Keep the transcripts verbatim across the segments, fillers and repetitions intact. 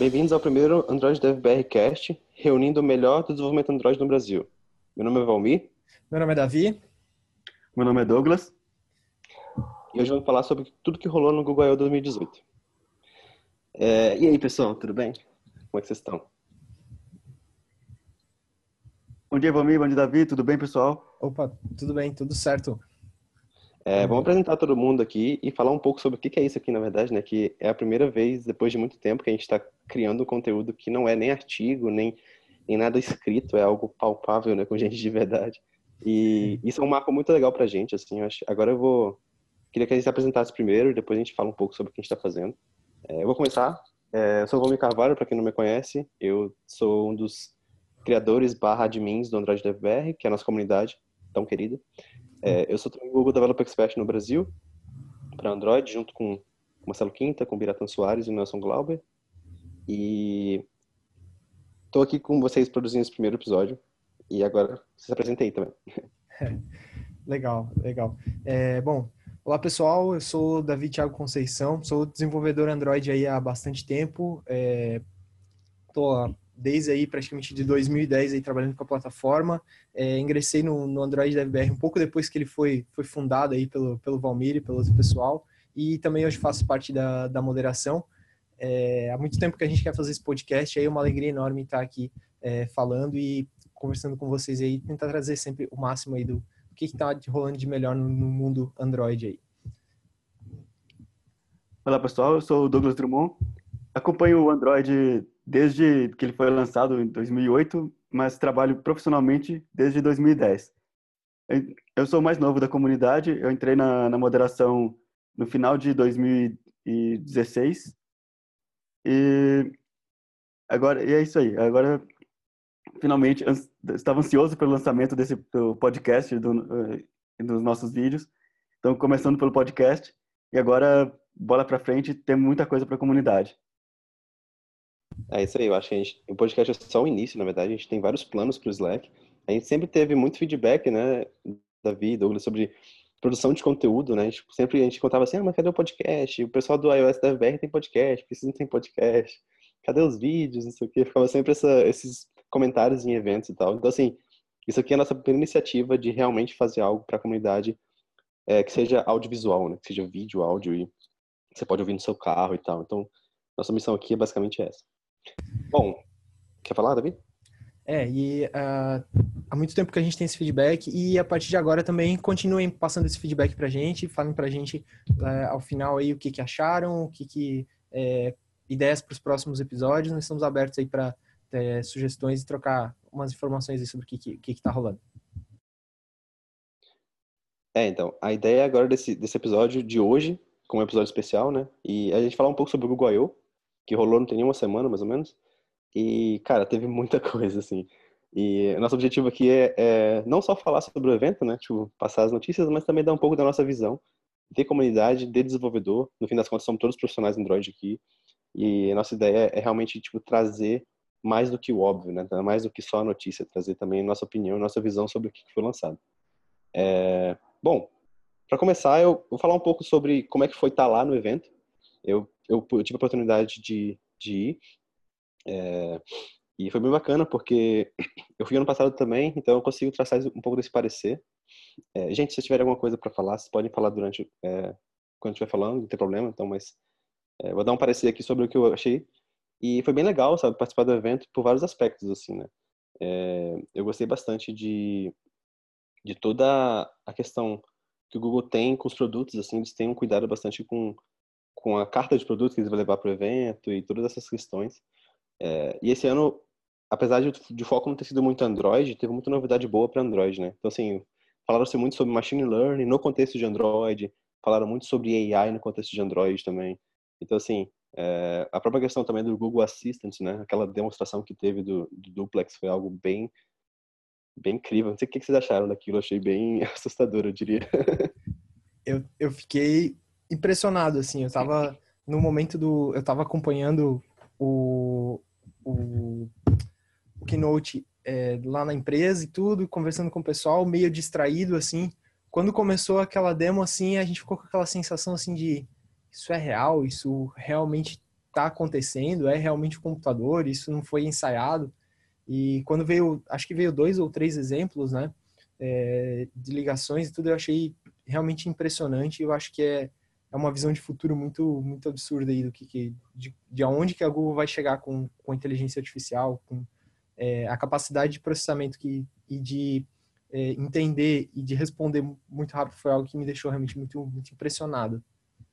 Bem-vindos ao primeiro Android DevBRcast, reunindo o melhor do desenvolvimento Android no Brasil. Meu nome é Valmir. Meu nome é Davi. Meu nome é Douglas. E hoje vamos falar sobre tudo que rolou no Google I O dois mil e dezoito. É, e aí, pessoal, tudo bem? Como é que vocês estão? Bom dia, Valmir. Bom dia, Davi. Tudo bem, pessoal? Opa, tudo bem, tudo certo. É, vamos apresentar todo mundo aqui e falar um pouco sobre o que é isso aqui, na verdade, né? Que é a primeira vez, depois de muito tempo, que a gente está criando um conteúdo que não é nem artigo, nem, nem nada escrito, é algo palpável, né? Com gente de verdade. E isso é um marco muito legal pra gente, assim. Eu acho. Agora eu vou... Queria que a gente se apresentasse primeiro e depois a gente fala um pouco sobre o que a gente está fazendo. É, eu vou começar. É, eu sou o Valmir Carvalho, para quem não me conhece. Eu sou um dos criadores barra admins do Android DevBR, que é a nossa comunidade tão querida. É, eu sou também o Google Developer Expert no Brasil, para Android, junto com o Marcelo Quinta, com o Biratan Soares e o Nelson Glauber. E estou aqui com vocês produzindo esse primeiro episódio. E agora, se apresentei também. Legal, legal. É, bom, olá pessoal, eu sou o Davi Thiago Conceição, sou desenvolvedor Android aí há bastante tempo. Estou é, desde aí praticamente de dois mil e dez aí trabalhando com a plataforma. É, ingressei no, no Android DevBR um pouco depois que ele foi, foi fundado aí pelo, pelo Valmir e pelo outro pessoal. E também hoje faço parte da, da moderação. É, há muito tempo que a gente quer fazer esse podcast, aí é uma alegria enorme estar aqui é, falando e conversando com vocês aí, tentar trazer sempre o máximo aí do, do que está rolando de melhor no, no mundo Android aí. Olá, pessoal. Eu sou o Douglas Drummond. Acompanho o Android desde que ele foi lançado em dois mil e oito, mas trabalho profissionalmente desde dois mil e dez. Eu sou o mais novo da comunidade. Eu entrei na, na moderação no final de dois mil e dezesseis. E agora, e é isso aí. Agora, finalmente, ans- estava ansioso pelo lançamento desse do podcast, do, eh, dos nossos vídeos. Então, começando pelo podcast. E agora, bola pra frente, tem muita coisa pra comunidade. É isso aí, eu acho que a gente, o podcast é só o início, na verdade, a gente tem vários planos para o Slack. A gente sempre teve muito feedback, né, Davi, Douglas, sobre produção de conteúdo, né? A gente, sempre a gente contava assim, ah, mas cadê o podcast? O pessoal do iOS da DevBR tem podcast, precisa não tem podcast. Cadê os vídeos, não sei o quê? Ficava sempre essa, esses comentários em eventos e tal. Então, assim, isso aqui é a nossa primeira iniciativa de realmente fazer algo para a comunidade é, que seja audiovisual, né? Que seja vídeo, áudio e você pode ouvir no seu carro e tal. Então, nossa missão aqui é basicamente essa. Bom, quer falar, Davi? É, e uh, há muito tempo que a gente tem esse feedback e a partir de agora também continuem passando esse feedback pra gente, falem pra gente uh, ao final aí o que que acharam, o que que é, ideias para os próximos episódios. Nós estamos abertos aí para sugestões e trocar umas informações aí sobre o que que, que que tá rolando. É, então, a ideia agora desse, desse episódio de hoje, como um episódio especial, né? E a gente falar um pouco sobre o Google I O, que rolou não tem nenhuma semana, mais ou menos. E, cara, teve muita coisa, assim. E nosso objetivo aqui é, é não só falar sobre o evento, né? Tipo, passar as notícias, mas também dar um pouco da nossa visão de comunidade, de desenvolvedor. No fim das contas, somos todos profissionais Android aqui. E a nossa ideia é realmente, tipo, trazer mais do que o óbvio, né? Mais do que só a notícia, trazer também nossa opinião, nossa visão sobre o que foi lançado. É... Bom, para começar, eu vou falar um pouco sobre como é que foi estar lá no evento. Eu, eu, eu tive a oportunidade de, de ir. É... E foi bem bacana, porque eu fui ano passado também, então eu consigo traçar um pouco desse parecer. É, gente, se vocês tiverem alguma coisa para falar, vocês podem falar durante, é, quando estiver falando, não tem problema, então, mas é, vou dar um parecer aqui sobre o que eu achei. E foi bem legal, sabe, participar do evento por vários aspectos, assim, né? É, eu gostei bastante de, de toda a questão que o Google tem com os produtos, assim, eles têm um cuidado bastante com, com a carta de produtos que eles vão levar para o evento e todas essas questões. É, e esse ano, apesar de, de foco não ter sido muito Android, teve muita novidade boa para Android, né? Então, assim, falaram-se muito sobre Machine Learning no contexto de Android, falaram muito sobre A I no contexto de Android também. Então, assim, é, a própria questão também do Google Assistant, né? Aquela demonstração que teve do, do Duplex foi algo bem, bem incrível. Não sei o que vocês acharam daquilo, achei bem assustador, eu diria. Eu, eu fiquei impressionado, assim, eu tava no momento do... Eu tava acompanhando o, o, o Keynote é, lá na empresa e tudo, conversando com o pessoal, meio distraído, assim. Quando começou aquela demo, assim, a gente ficou com aquela sensação, assim, de isso é real, isso realmente está acontecendo, é realmente o computador, isso não foi ensaiado. E quando veio, acho que veio dois ou três exemplos, né, é, de ligações e tudo, eu achei realmente impressionante. Eu acho que é, é uma visão de futuro muito, muito absurda aí do que, que de, de aonde que a Google vai chegar com, com a inteligência artificial, com é, a capacidade de processamento que, e de é, entender e de responder muito rápido foi algo que me deixou realmente muito, muito impressionado.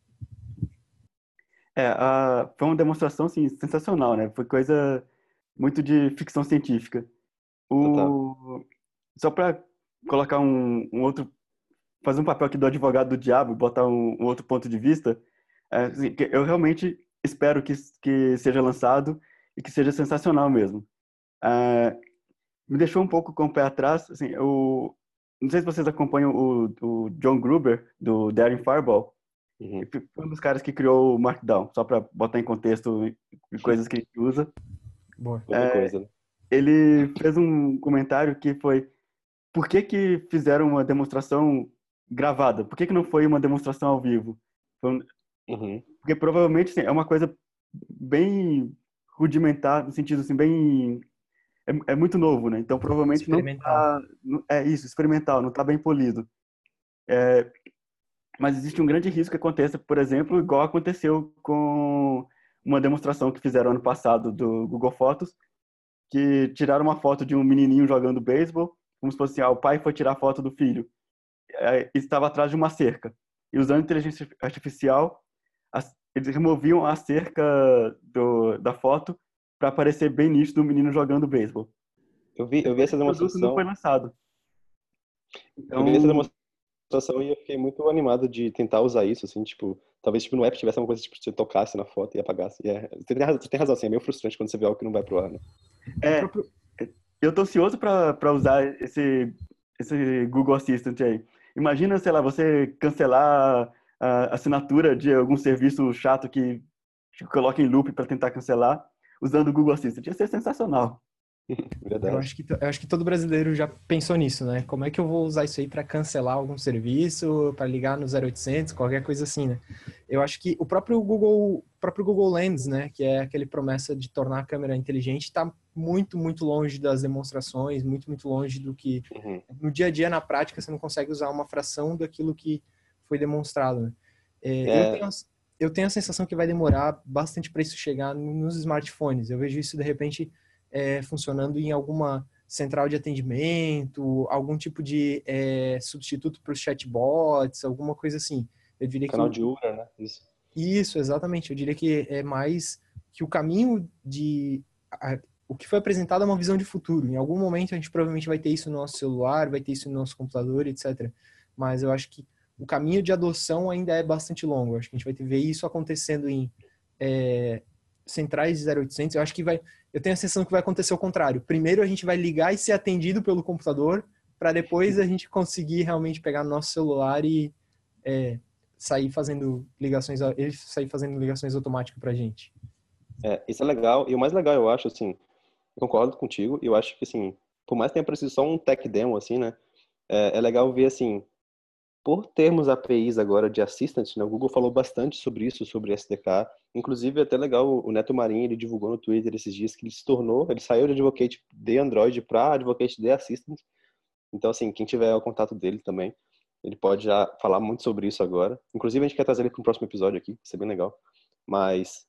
É, a, foi uma demonstração, assim, sensacional, né? Foi coisa muito de ficção científica. Total. O, só para colocar um, um outro, fazer um papel aqui do advogado do diabo, botar um, um outro ponto de vista, é, assim, que eu realmente espero que, que seja lançado e que seja sensacional mesmo. É, me deixou um pouco com o pé atrás, assim, eu não sei se vocês acompanham o, o John Gruber, do Daring Fireball. Uhum. Foi um dos caras que criou o Markdown, só para botar em contexto coisas que a gente usa. Boa. Muita coisa, né? Ele fez um comentário que foi: por que que fizeram uma demonstração gravada? Por que que não foi uma demonstração ao vivo? Foi um- Uhum. Porque provavelmente assim, é uma coisa bem rudimentar, no sentido assim, bem... É, é muito novo, né? Então provavelmente não Experimental. tá... não- É isso, experimental, não tá bem polido. É, mas existe um grande risco que aconteça, por exemplo, igual aconteceu com uma demonstração que fizeram ano passado do Google Fotos, que tiraram uma foto de um menininho jogando beisebol, como se fosse assim, ah, o pai foi tirar foto do filho. É, estava atrás de uma cerca. E usando inteligência artificial, as, eles removiam a cerca do, da foto para aparecer bem nítido o menino jogando beisebol. Eu vi, eu vi Depois essa esse produto não foi demonstração, lançado. eu vi essa Então, demonstração e eu fiquei muito animado de tentar usar isso, assim, tipo, talvez tipo, no app tivesse uma coisa, tipo, você tocasse na foto e apagasse. E é, você tem razão, você tem razão, assim, é meio frustrante quando você vê algo que não vai pro ar, né? O é, próprio, eu tô ansioso para usar esse, esse Google Assistant aí. Imagina, sei lá, você cancelar a assinatura de algum serviço chato que te coloca em loop para tentar cancelar usando o Google Assistant. Ia ser sensacional. Eu Verdade. acho que, eu acho que todo brasileiro já pensou nisso, né? Como é que eu vou usar isso aí para cancelar algum serviço, para ligar no zero oitocentos, qualquer coisa assim, né? Eu acho que o próprio Google, o próprio Google Lens, né, que é aquele promessa de tornar a câmera inteligente, está muito, muito longe das demonstrações, muito, muito longe do que Uhum. no dia a dia, na prática, você não consegue usar uma fração daquilo que foi demonstrado, né? É, eu É, tenho, a- eu tenho a sensação que vai demorar bastante para isso chegar nos smartphones. Eu vejo isso, de repente, é, funcionando em alguma central de atendimento, algum tipo de é, substituto para os chatbots, alguma coisa assim. Eu diria que canal o, de Ura, né? Isso. isso, exatamente. Eu diria que é mais que o caminho de a- o que foi apresentado é uma visão de futuro. Em algum momento a gente provavelmente vai ter isso no nosso celular, vai ter isso no nosso computador, etcétera. Mas eu acho que o caminho de adoção ainda é bastante longo. Eu acho que a gente vai ter, ver isso acontecendo em é, centrais de zero oitocentos. Eu acho que vai. Eu tenho a sensação que vai acontecer o contrário. Primeiro a gente vai ligar e ser atendido pelo computador, para depois a gente conseguir realmente pegar no nosso celular e é, sair fazendo ligações, ele sair fazendo ligações automáticas pra gente. É, isso é legal. E o mais legal, eu acho, assim, eu concordo contigo, e eu acho que, assim, por mais que tenha parecido só um tech demo, assim, né? É, é legal ver, assim, por termos A P Is agora de Assistant, né? O Google falou bastante sobre isso, sobre S D K. Inclusive, é até legal, o Neto Marinho, ele divulgou no Twitter esses dias que ele se tornou, ele saiu de Advocate de Android para Advocate de Assistant. Então, assim, quem tiver o contato dele também, ele pode já falar muito sobre isso agora. Inclusive, a gente quer trazer ele para um próximo episódio aqui, vai ser bem legal. Mas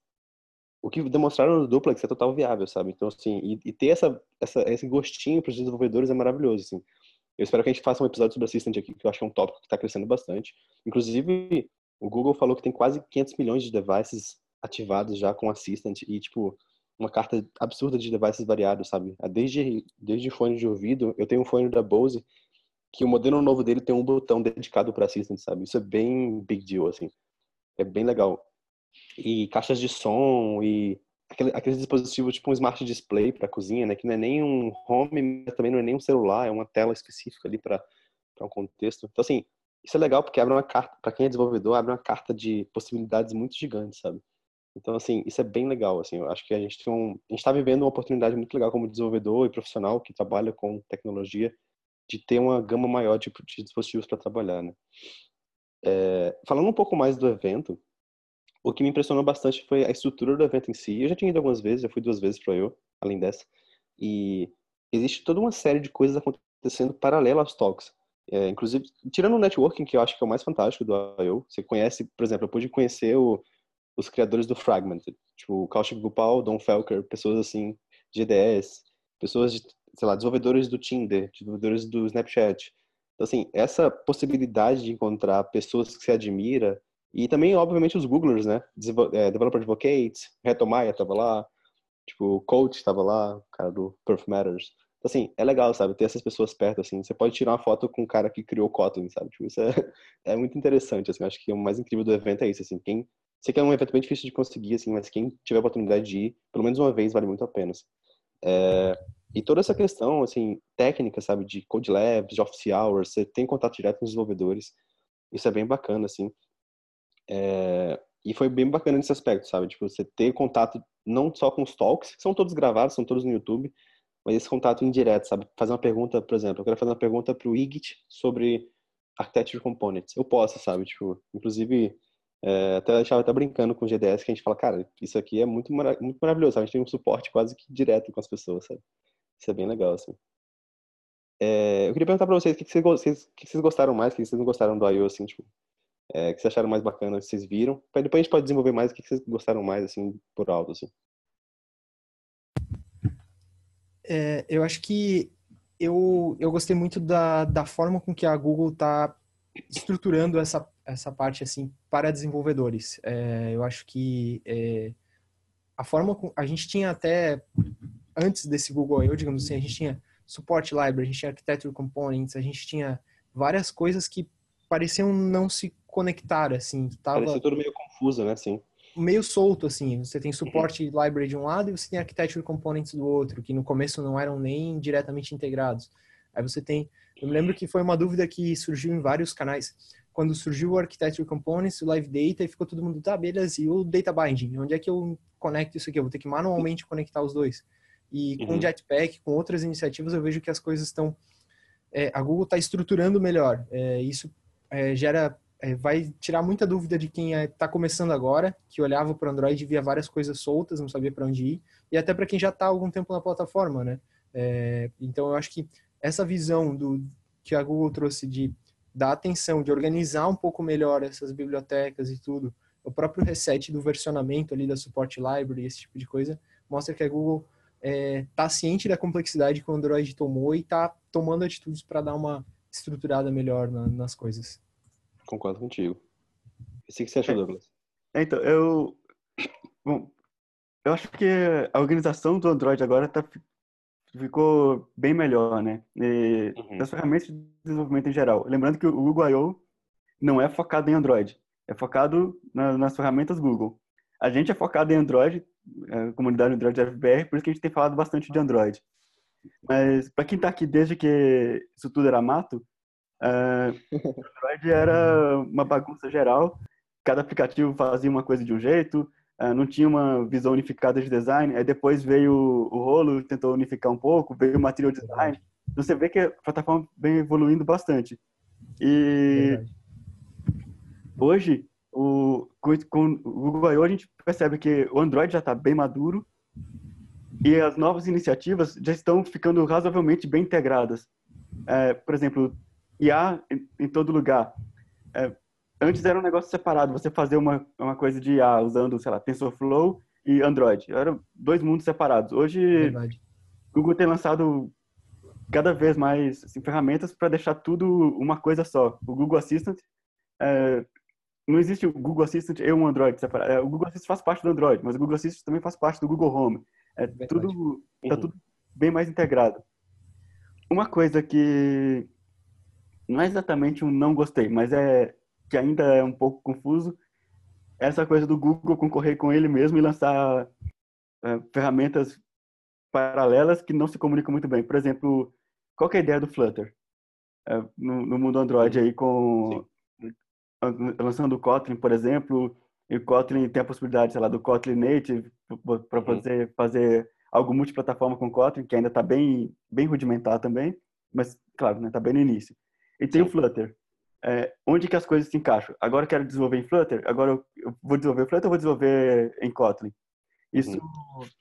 o que demonstraram no Duplex é total viável, sabe? Então, assim, e, e ter essa, essa, esse gostinho para os desenvolvedores é maravilhoso, assim. Eu espero que a gente faça um episódio sobre Assistant aqui, que eu acho que é um tópico que está crescendo bastante. Inclusive, o Google falou que tem quase quinhentos milhões de devices ativados já com Assistant e, tipo, uma carta absurda de devices variados, sabe? Desde, desde fone de ouvido, eu tenho um fone da Bose que o modelo novo dele tem um botão dedicado para Assistant, sabe? Isso é bem big deal, assim. É bem legal. E caixas de som e aquele, aqueles dispositivos tipo um smart display para cozinha, né? Que não é nem um home, mas também não é nem um celular, é uma tela específica ali para um contexto. Então, assim, isso é legal porque abre uma carta, para quem é desenvolvedor, abre uma carta de possibilidades muito gigantes, sabe? Então, assim, isso é bem legal, assim, eu acho que a gente tem um, a gente está vivendo uma oportunidade muito legal como desenvolvedor e profissional que trabalha com tecnologia de ter uma gama maior de, de dispositivos para trabalhar, né? É, falando um pouco mais do evento, O que me impressionou bastante foi a estrutura do evento em si. Eu já tinha ido algumas vezes, já fui duas vezes para o I O, além dessa. E existe toda uma série de coisas acontecendo paralela aos talks. É, inclusive, tirando o networking, que eu acho que é o mais fantástico do I O, você conhece, por exemplo, eu pude conhecer o, os criadores do Fragmented, tipo, o Kaushik Gopal, Don Felker, pessoas assim, de G D S, pessoas de, sei lá, desenvolvedores do Tinder, desenvolvedores do Snapchat. Então, assim, essa possibilidade de encontrar pessoas que você admira, e também, obviamente, os Googlers, né? Desenvol- é, Developer Advocates, Reto Maia tava lá, tipo, o Coach tava lá, o cara do Perf Matters. Então, assim, é legal, sabe? Ter essas pessoas perto, assim. Você pode tirar uma foto com o cara que criou o Kotlin, sabe? Tipo, isso é, é muito interessante, assim. Eu acho que o mais incrível do evento é isso, assim. Quem, sei que é um evento bem difícil de conseguir, assim, mas quem tiver a oportunidade de ir, pelo menos uma vez, vale muito a pena, assim. É, e toda essa questão, assim, técnica, sabe? De code labs, de office hours, você tem contato direto com os desenvolvedores. Isso é bem bacana, assim. É, e foi bem bacana nesse aspecto, sabe? Tipo, você ter contato não só com os talks, que são todos gravados, são todos no YouTube, mas esse contato indireto, sabe? Fazer uma pergunta, por exemplo, eu quero fazer uma pergunta pro Igit sobre Architecture Components. Eu posso, sabe? Tipo, inclusive, é, até eu estava até brincando com o G D S que a gente fala, cara, isso aqui é muito, mara muito maravilhoso, sabe? A gente tem um suporte quase que direto com as pessoas, sabe? Isso é bem legal, assim. É, eu queria perguntar pra vocês o que, que, vocês, go- vocês- o que que vocês gostaram mais, o que que vocês não gostaram do I O, assim, tipo, é, o que vocês acharam mais bacana, que vocês viram. Pra depois a gente pode desenvolver mais o que que vocês gostaram mais, assim, por alto, assim. É, eu acho que eu, eu gostei muito da, da forma com que a Google está estruturando essa, essa parte assim para desenvolvedores. É, eu acho que é, a forma com, a gente tinha até antes desse Google I O, digamos assim, a gente tinha Support Library, a gente tinha Architecture Components, a gente tinha várias coisas que pareciam não se conectar, assim, Parecia tava tudo meio confuso, né, assim. meio solto, assim. Você tem Uhum. Support Library de um lado e você tem Architecture Components do outro, que no começo não eram nem diretamente integrados. Aí você tem... Eu me lembro que foi uma dúvida que surgiu em vários canais. Quando surgiu o Architecture Components, o Live Data, e ficou todo mundo, tá, beleza, e o Data Binding? Onde é que eu conecto isso aqui? Eu vou ter que manualmente conectar os dois. E com o Uhum. Jetpack, com outras iniciativas, eu vejo que as coisas estão... É, a Google está estruturando melhor. É, isso é, gera... É, vai tirar muita dúvida de quem está começando agora, que olhava para o Android e via várias coisas soltas, não sabia para onde ir, e até para quem já está há algum tempo na plataforma, né? É, então, eu acho que essa visão do que a Google trouxe de dar atenção, de organizar um pouco melhor essas bibliotecas e tudo, o próprio reset do versionamento ali da Support Library, esse tipo de coisa, mostra que a Google está é, ciente da complexidade que o Android tomou e está tomando atitudes para dar uma estruturada melhor na, nas coisas. Concordo contigo. E o que você achou, É, Douglas? então, eu, bom, eu acho que a organização do Android agora tá, ficou bem melhor, né? E Uhum. das ferramentas de desenvolvimento em geral. Lembrando que o Google I O não é focado em Android, é focado na, nas ferramentas Google. A gente é focado em Android, a comunidade Android F B R, por isso que a gente tem falado bastante de Android. Mas para quem está aqui desde que isso tudo era mato, uh, Android era uma bagunça geral. Cada aplicativo fazia uma coisa de um jeito, uh, não tinha uma visão unificada de design. Aí depois veio o, o Rolo, tentou unificar um pouco, veio o Material Design. Verdade, Então você vê que a plataforma vem evoluindo bastante. E verdade. hoje, o, com, com o Google I O, a gente percebe que o Android já está bem maduro e as novas iniciativas já estão ficando razoavelmente bem integradas. É, por exemplo, I A em, em todo lugar. É, antes era um negócio separado, você fazer uma, uma coisa de I A usando, sei lá, TensorFlow e Android. Eram dois mundos separados. Hoje, Verdade. o Google tem lançado cada vez mais assim, ferramentas para deixar tudo uma coisa só. O Google Assistant, é, não existe o Google Assistant e um Android separado. É, o Google Assistant faz parte do Android, mas o Google Assistant também faz parte do Google Home. É Verdade. tudo, tá Uhum. tudo bem mais integrado. Uma coisa que não é exatamente um não gostei, mas é que ainda é um pouco confuso, é essa coisa do Google concorrer com ele mesmo e lançar é, ferramentas paralelas que não se comunicam muito bem. Por exemplo, qual que é a ideia do Flutter é, no, no mundo Android Uhum. aí com Sim. lançando o Kotlin, por exemplo, e o Kotlin tem a possibilidade, sei lá, do Kotlin Native para Uhum. fazer fazer algo multiplataforma com Kotlin, que ainda está bem bem rudimentar também, mas claro, né, tá bem no início. E tem o Sim. Flutter. é, onde que as coisas se encaixam. Agora eu quero desenvolver em Flutter, agora eu, eu vou desenvolver em Flutter ou vou desenvolver em Kotlin? Isso Uhum.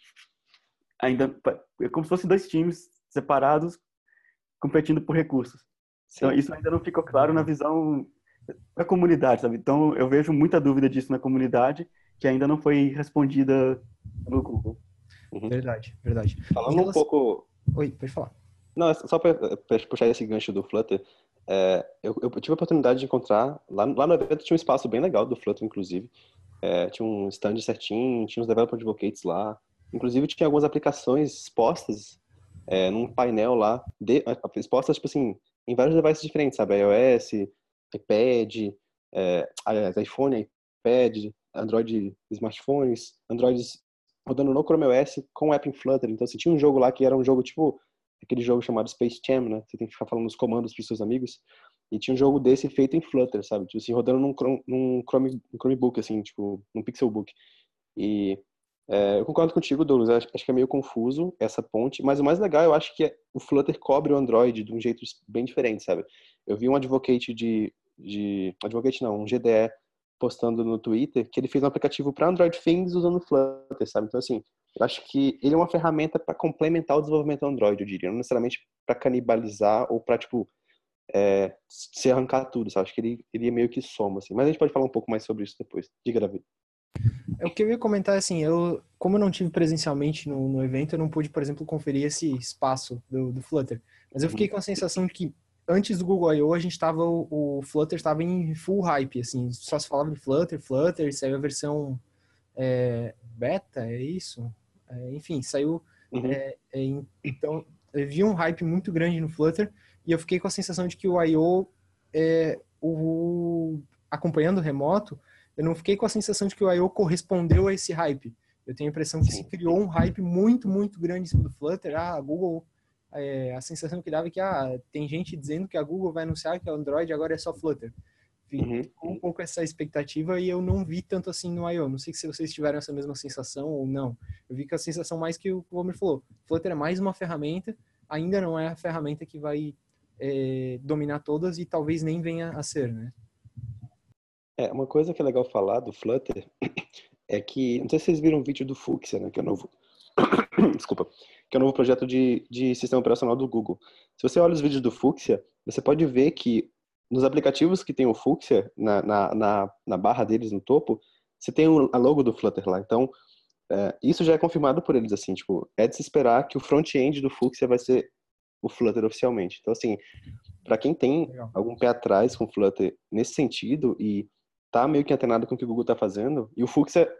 ainda é como se fossem dois times separados competindo por recursos. Então, Sim. isso ainda não ficou claro na visão da comunidade, sabe? Então, eu vejo muita dúvida disso na comunidade que ainda não foi respondida no Google. Uhum. Verdade, verdade. Em Falando um relação... pouco... Oi, pode falar. Não, é só para puxar esse gancho do Flutter, é, eu, eu tive a oportunidade de encontrar, lá, lá no evento tinha um espaço bem legal do Flutter, inclusive. É, tinha um stand certinho, tinha uns developer advocates lá. Inclusive tinha algumas aplicações expostas é, num painel lá, de, expostas, tipo assim, em vários devices diferentes, sabe? iOS, iPad, é, aliás, iPhone, iPad, Android smartphones, Androids rodando no Chrome O S com o app em Flutter. Então, assim, tinha um jogo lá que era um jogo tipo aquele jogo chamado Space Jam, né? Você tem que ficar falando os comandos pros seus amigos. E tinha um jogo desse feito em Flutter, sabe? Tipo assim, rodando num, Chrome, num Chrome, num Chromebook, assim, tipo, num Pixelbook. E é, eu concordo contigo, Douglas. Acho, acho que é meio confuso essa ponte, mas o mais legal eu acho que é, o Flutter cobre o Android de um jeito bem diferente, sabe? Eu vi um advocate de, de advocate não, um G D E postando no Twitter que ele fez um aplicativo para Android Things usando Flutter, sabe? Então assim, eu acho que ele é uma ferramenta para complementar o desenvolvimento do Android, eu diria, não necessariamente para canibalizar ou para tipo é, se arrancar tudo, sabe? Acho que ele, ele é meio que soma, assim. Mas a gente pode falar um pouco mais sobre isso depois. Diga, Davi. É, o que eu ia comentar, assim, eu, como eu não tive presencialmente no, no evento, eu não pude, por exemplo, conferir esse espaço do, do Flutter. Mas eu fiquei Uhum. com a sensação de que antes do Google I O, a gente tava, o, o Flutter estava em full hype, assim, só se falava de Flutter, Flutter, saiu a versão é, beta, é isso? É, enfim, saiu, Uhum. é, é, então, eu vi um hype muito grande no Flutter, e eu fiquei com a sensação de que o I O, é, o, acompanhando o remoto, eu não fiquei com a sensação de que o I O correspondeu a esse hype. Eu tenho a impressão que se Sim. criou um hype muito, muito grande em cima do Flutter. Ah, a Google, é, a sensação que dava é que ah, tem gente dizendo que a Google vai anunciar que o Android agora é só Flutter. Uhum. Ficou um pouco essa expectativa e eu não vi tanto assim no I O. Não sei se vocês tiveram essa mesma sensação ou não. Eu vi que a sensação mais que o Homer falou. Flutter é mais uma ferramenta, ainda não é a ferramenta que vai é, dominar todas e talvez nem venha a ser, né? É, uma coisa que é legal falar do Flutter é que, não sei se vocês viram o vídeo do Fuchsia, né, que é o novo, desculpa, que é o novo projeto de, de sistema operacional do Google. Se você olha os vídeos do Fuchsia, você pode ver que nos aplicativos que tem o Fuchsia, na, na, na, na barra deles no topo, você tem a logo do Flutter lá. Então, é, isso já é confirmado por eles, assim, tipo, é de se esperar que o front-end do Fuchsia vai ser o Flutter oficialmente. Então, assim, para quem tem Legal. algum pé atrás com o Flutter nesse sentido e tá meio que antenado com o que o Google tá fazendo, e o Fuchsia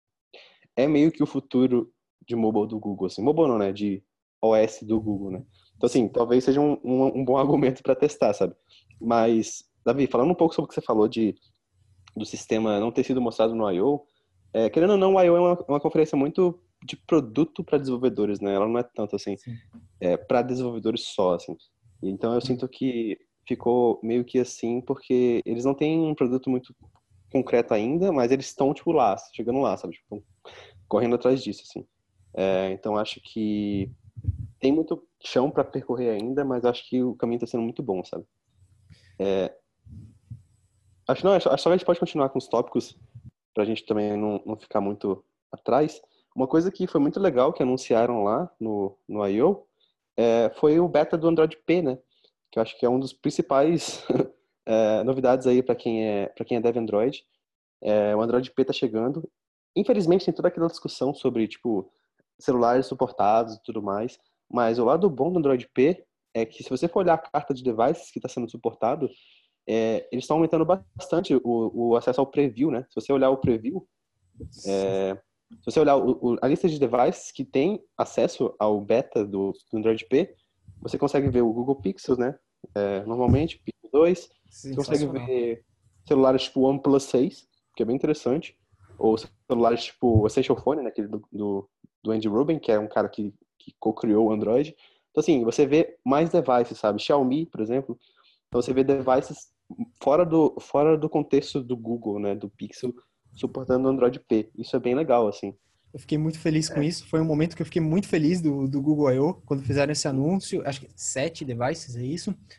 é meio que o futuro de mobile do Google, assim, mobile não, né, de O S do Google, né. Então, assim, talvez seja um, um, um bom argumento para testar, sabe? Mas, Davi, falando um pouco sobre o que você falou de do sistema não ter sido mostrado no I O, é, querendo ou não, o I O é uma, uma conferência muito de produto para desenvolvedores, né? Ela não é tanto assim, Sim. é, para desenvolvedores só, assim. Então eu sinto que ficou meio que assim, porque eles não têm um produto muito concreto ainda, mas eles estão, tipo, lá, chegando lá, sabe? Tipo, correndo atrás disso, assim. É, então acho que tem muito chão para percorrer ainda, mas acho que o caminho está sendo muito bom, sabe? É, acho, não, acho, acho que a gente pode continuar com os tópicos pra gente também não, não ficar muito atrás. Uma coisa que foi muito legal que anunciaram lá no, no I O é, foi o beta do Android P, né? Que eu acho que é um dos principais é, novidades aí para quem é para quem é dev Android. É, o Android P tá chegando. Infelizmente tem toda aquela discussão sobre tipo celulares suportados e tudo mais, mas o lado bom do Android P é que se você for olhar a carta de devices que está sendo suportado, é, eles estão aumentando bastante o, o acesso ao preview, né? Se você olhar o preview, é, se você olhar o, o, a lista de devices que tem acesso ao beta do, do Android P, você consegue ver o Google Pixel, né? É, normalmente, Pixel dois. Você consegue Sensacional. ver celulares tipo o OnePlus seis, que é bem interessante. Ou celulares tipo o Essential Phone, né? Aquele do, do, do Andy Rubin, que é um cara que, que co-criou o Android. Então, assim, você vê mais devices, sabe? Xiaomi, por exemplo. Então, você vê devices fora do, fora do contexto do Google, né? Do Pixel, suportando o Android P. Isso é bem legal, assim. Eu fiquei muito feliz com É, isso. Foi um momento que eu fiquei muito feliz do, do Google I O, quando fizeram esse anúncio. Acho que sete devices, é isso?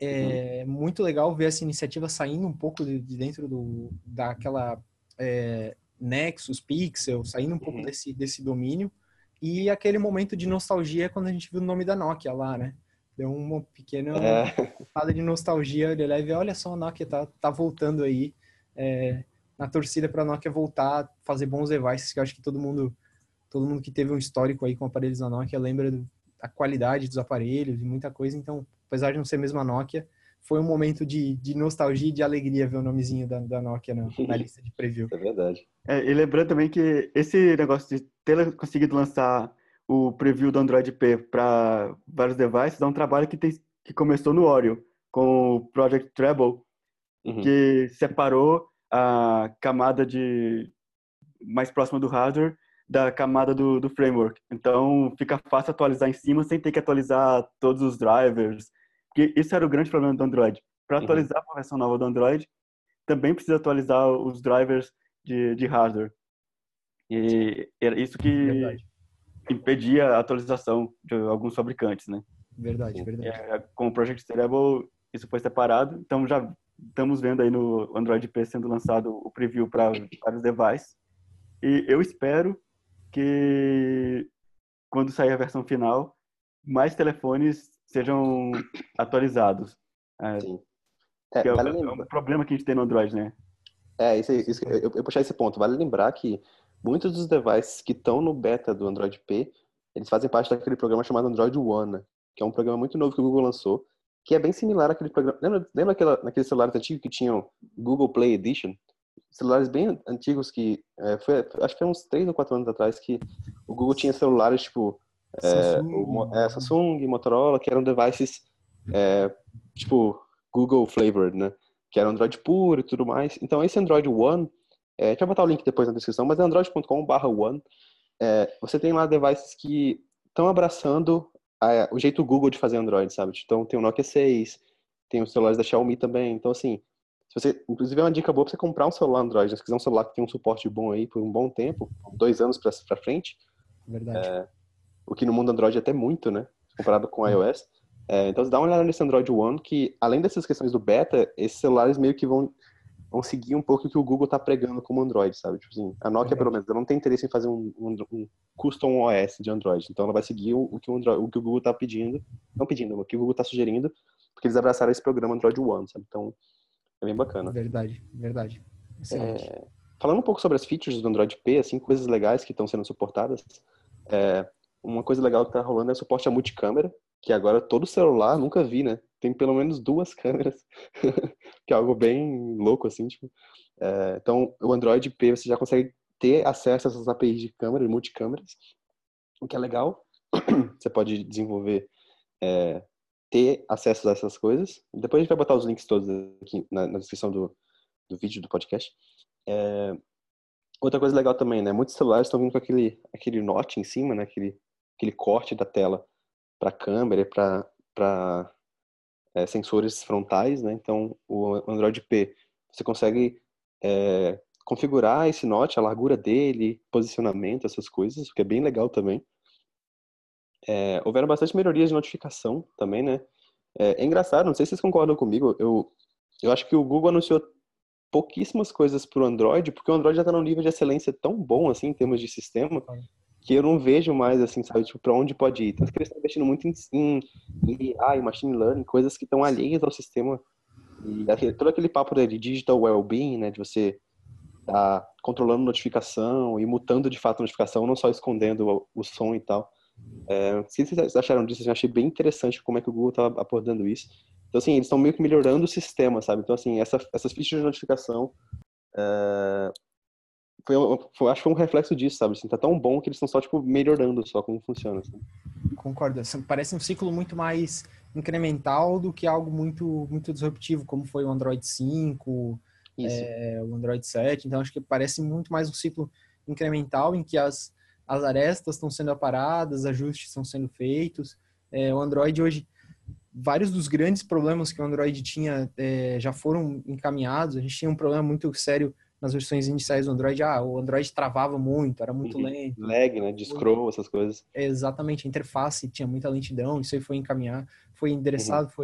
é uhum. muito legal ver essa iniciativa saindo um pouco de, de dentro do, daquela é, Nexus, Pixel, saindo um pouco uhum. desse, desse domínio. E aquele momento de nostalgia quando a gente viu o nome da Nokia lá, né? Deu uma pequena é. de nostalgia, ele leva e olha só, a Nokia tá, tá voltando aí, é, na torcida para a Nokia voltar a fazer bons devices, que eu acho que todo mundo, todo mundo que teve um histórico aí com aparelhos da Nokia lembra da qualidade dos aparelhos e muita coisa, então, apesar de não ser mesmo a Nokia, foi um momento de, de nostalgia e de alegria ver o nomezinho da, da Nokia na, na lista de preview. É verdade. É, e lembrando também que esse negócio de ter conseguido lançar o preview do Android P para vários devices é um trabalho que, tem, que começou no Oreo, com o Project Treble, uhum. que separou a camada de mais próxima do hardware da camada do, do framework. Então, fica fácil atualizar em cima sem ter que atualizar todos os drivers. Porque isso era o grande problema do Android. Para uhum. atualizar a versão nova do Android, também precisa atualizar os drivers de, de hardware. E era isso que verdade. impedia a atualização de alguns fabricantes, né? Verdade, verdade. É, com o Project Treble, isso foi separado. Então, já estamos vendo aí no Android P sendo lançado o preview para vários devices. E eu espero que quando sair a versão final, mais telefones sejam atualizados. É, Sim. É, é, vale é um problema que a gente tem no Android, né? É, isso, isso eu, eu puxar esse ponto. Vale lembrar que muitos dos devices que estão no beta do Android P, eles fazem parte daquele programa chamado Android One, que é um programa muito novo que o Google lançou, que é bem similar àquele programa. Lembra, lembra aquela, naqueles celulares antigos que tinham Google Play Edition? Celulares bem antigos que é, foi, acho que foi uns três ou quatro anos atrás que o Google tinha celulares tipo é, Samsung, o, é, Samsung, Motorola, que eram devices é, tipo Google flavored, né? Que era Android puro e tudo mais. Então esse Android One, é, a gente vai botar o link depois na descrição, mas é android ponto com barra one. É, você tem lá devices que estão abraçando a, o jeito Google de fazer Android, sabe? Então tem o Nokia seis, tem os celulares da Xiaomi também. Então assim, se você, inclusive é uma dica boa para você comprar um celular Android, né? Se quiser um celular que tem um suporte bom aí por um bom tempo, dois anos para frente. Verdade. É, o que no mundo Android é até muito, né? Comparado com o iOS. É, então, dá uma olhada nesse Android One, que além dessas questões do beta, esses celulares meio que vão, vão seguir um pouco o que o Google tá pregando como Android, sabe? Tipo assim, a Nokia, pelo menos, ela não tem interesse em fazer um, um, um custom O S de Android. Então, ela vai seguir o, o, que o, Android, o que o Google tá pedindo, não pedindo, o que o Google tá sugerindo, porque eles abraçaram esse programa Android One, sabe? Então, é bem bacana. Verdade, verdade. Excelente. É, falando um pouco sobre as features do Android P, assim, coisas legais que estão sendo suportadas, é, uma coisa legal que tá rolando é o suporte a multicâmera, que agora todo celular, nunca vi, né? Tem pelo menos duas câmeras, que é algo bem louco, assim, tipo. É, então, o Android P, você já consegue ter acesso a essas A P Is de câmera, de multicâmeras, o que é legal. Você pode desenvolver, é, ter acesso a essas coisas. Depois a gente vai botar os links todos aqui na, na descrição do, do vídeo, do podcast. É, outra coisa legal também, né? Muitos celulares estão vindo com aquele, aquele notch em cima, né? Aquele, aquele corte da tela para câmera e para é, sensores frontais, né? Então, o Android P, você consegue é, configurar esse notch, a largura dele, posicionamento, essas coisas, o que é bem legal também. É, houveram bastante melhorias de notificação também, né? É, é engraçado, não sei se vocês concordam comigo, eu, eu acho que o Google anunciou pouquíssimas coisas para o Android, porque o Android já está num nível de excelência tão bom, assim, em termos de sistema, que eu não vejo mais, assim, sabe, tipo, para onde pode ir. Tanto que eles estão investindo muito em, em, em A I, Machine Learning, coisas que estão alheias ao sistema. E aquele, todo aquele papo de digital well-being, né, de você tá controlando notificação e mutando de fato a notificação, não só escondendo o, o som e tal. É, o que vocês acharam disso? Eu achei bem interessante como é que o Google está abordando isso. Então, assim, eles estão meio que melhorando o sistema, sabe? Então, assim, essa, essas features de notificação é, foi, foi, acho que foi um reflexo disso, sabe? Assim, tá tão bom que eles estão só, tipo, melhorando só como funciona. Assim. Concordo. Parece um ciclo muito mais incremental do que algo muito, muito disruptivo, como foi o Android cinco, é, o Android sete. Então, acho que parece muito mais um ciclo incremental em que as, as arestas estão sendo aparadas, ajustes estão sendo feitos. É, o Android hoje, vários dos grandes problemas que o Android tinha é, já foram encaminhados. A gente tinha um problema muito sério nas versões iniciais do Android. Ah, o Android travava muito, era muito uhum. lento. Lag, né? De scroll, essas coisas. É, exatamente, a interface tinha muita lentidão, isso aí foi encaminhar, foi endereçado, uhum. foi...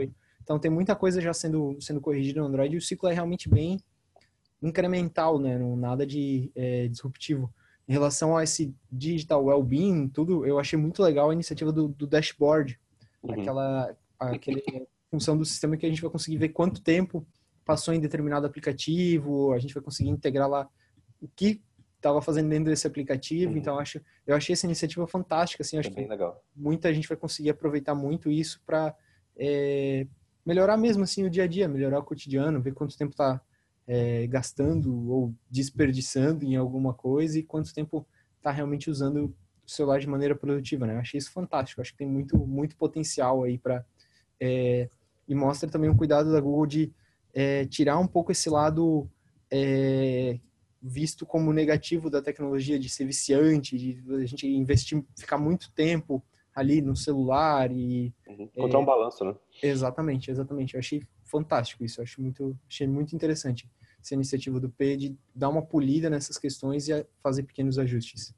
Então tem muita coisa já sendo, sendo corrigida no Android e o ciclo é realmente bem incremental, né? Não, nada de é, disruptivo. Em relação a esse digital well-being, tudo, eu achei muito legal a iniciativa do, do dashboard, Uhum. aquela, aquela função do sistema que a gente vai conseguir ver quanto tempo passou em determinado aplicativo, a gente vai conseguir integrar lá o que estava fazendo dentro desse aplicativo. Uhum. Então eu acho, eu achei essa iniciativa fantástica, assim, acho É bem que legal. muita gente vai conseguir aproveitar muito isso para é, melhorar mesmo assim o dia a dia, melhorar o cotidiano, ver quanto tempo está é, gastando ou desperdiçando em alguma coisa e quanto tempo está realmente usando o celular de maneira produtiva, né? Eu achei isso fantástico, acho que tem muito, muito potencial aí para é, e mostra também o cuidado da Google de é, tirar um pouco esse lado é, visto como negativo da tecnologia, de ser viciante, de a gente investir, ficar muito tempo ali no celular e Uhum. Encontrar um balanço, né? exatamente, exatamente. Eu achei fantástico isso, eu acho muito, achei muito interessante essa iniciativa do P de dar uma polida nessas questões e fazer pequenos ajustes.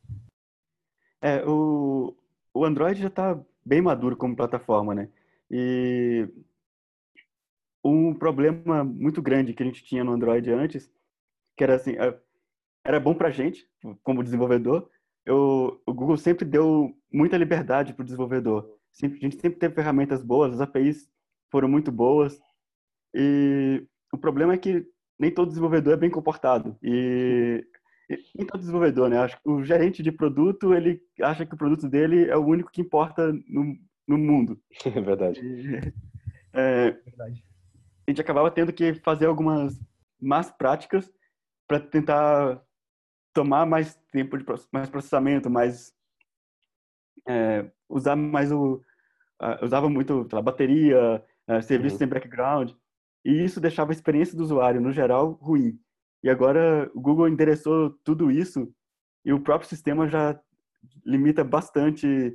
É, o, o Android já está bem maduro como plataforma, né? E um problema muito grande que a gente tinha no Android antes, que era assim, é, era bom pra gente, como desenvolvedor, eu, o Google sempre deu muita liberdade pro desenvolvedor. Sempre, a gente sempre teve ferramentas boas, as A P Is foram muito boas, e o problema é que nem todo desenvolvedor é bem comportado. E, e nem todo desenvolvedor, né? Acho que o gerente de produto, ele acha que o produto dele é o único que importa no, no mundo. É verdade. E, é, Verdade. a gente acabava tendo que fazer algumas más práticas para tentar tomar mais tempo de mais processamento, mais é, usar mais o uh, usava muito sei lá, bateria, uh, serviço Uhum. sem background, e isso deixava a experiência do usuário no geral ruim. E agora o Google endereçou tudo isso e o próprio sistema já limita bastante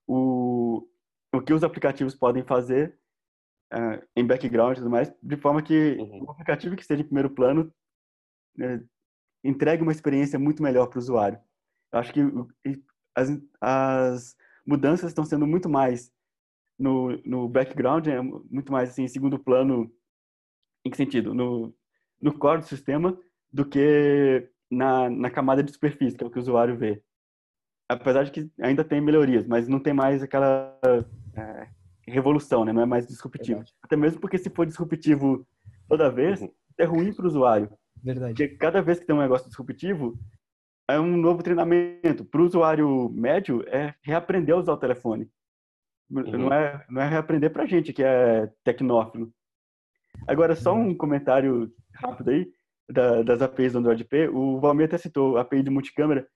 o o que os aplicativos podem fazer uh, em background e tudo mais, de forma que Uhum. o aplicativo que esteja em primeiro plano né, entregue uma experiência muito melhor para o usuário. Eu acho que as, as mudanças estão sendo muito mais no, no background, é muito mais assim, em segundo plano, em que sentido? No, no core do sistema, do que na, na camada de superfície, que é o que o usuário vê. Apesar de que ainda tem melhorias, mas não tem mais aquela é, revolução, né? Não é mais disruptivo. Verdade. Até mesmo porque se for disruptivo toda vez, Uhum. é ruim para o usuário. Verdade. Porque cada vez que tem um negócio disruptivo, é um novo treinamento. Para o usuário médio, é reaprender a usar o telefone. Não Uhum. é, não é reaprender para gente que é tecnófilo. Agora, só um Verdade. comentário rápido aí da, das A P Is do Android P. O Valmir até citou a API de multicâmera.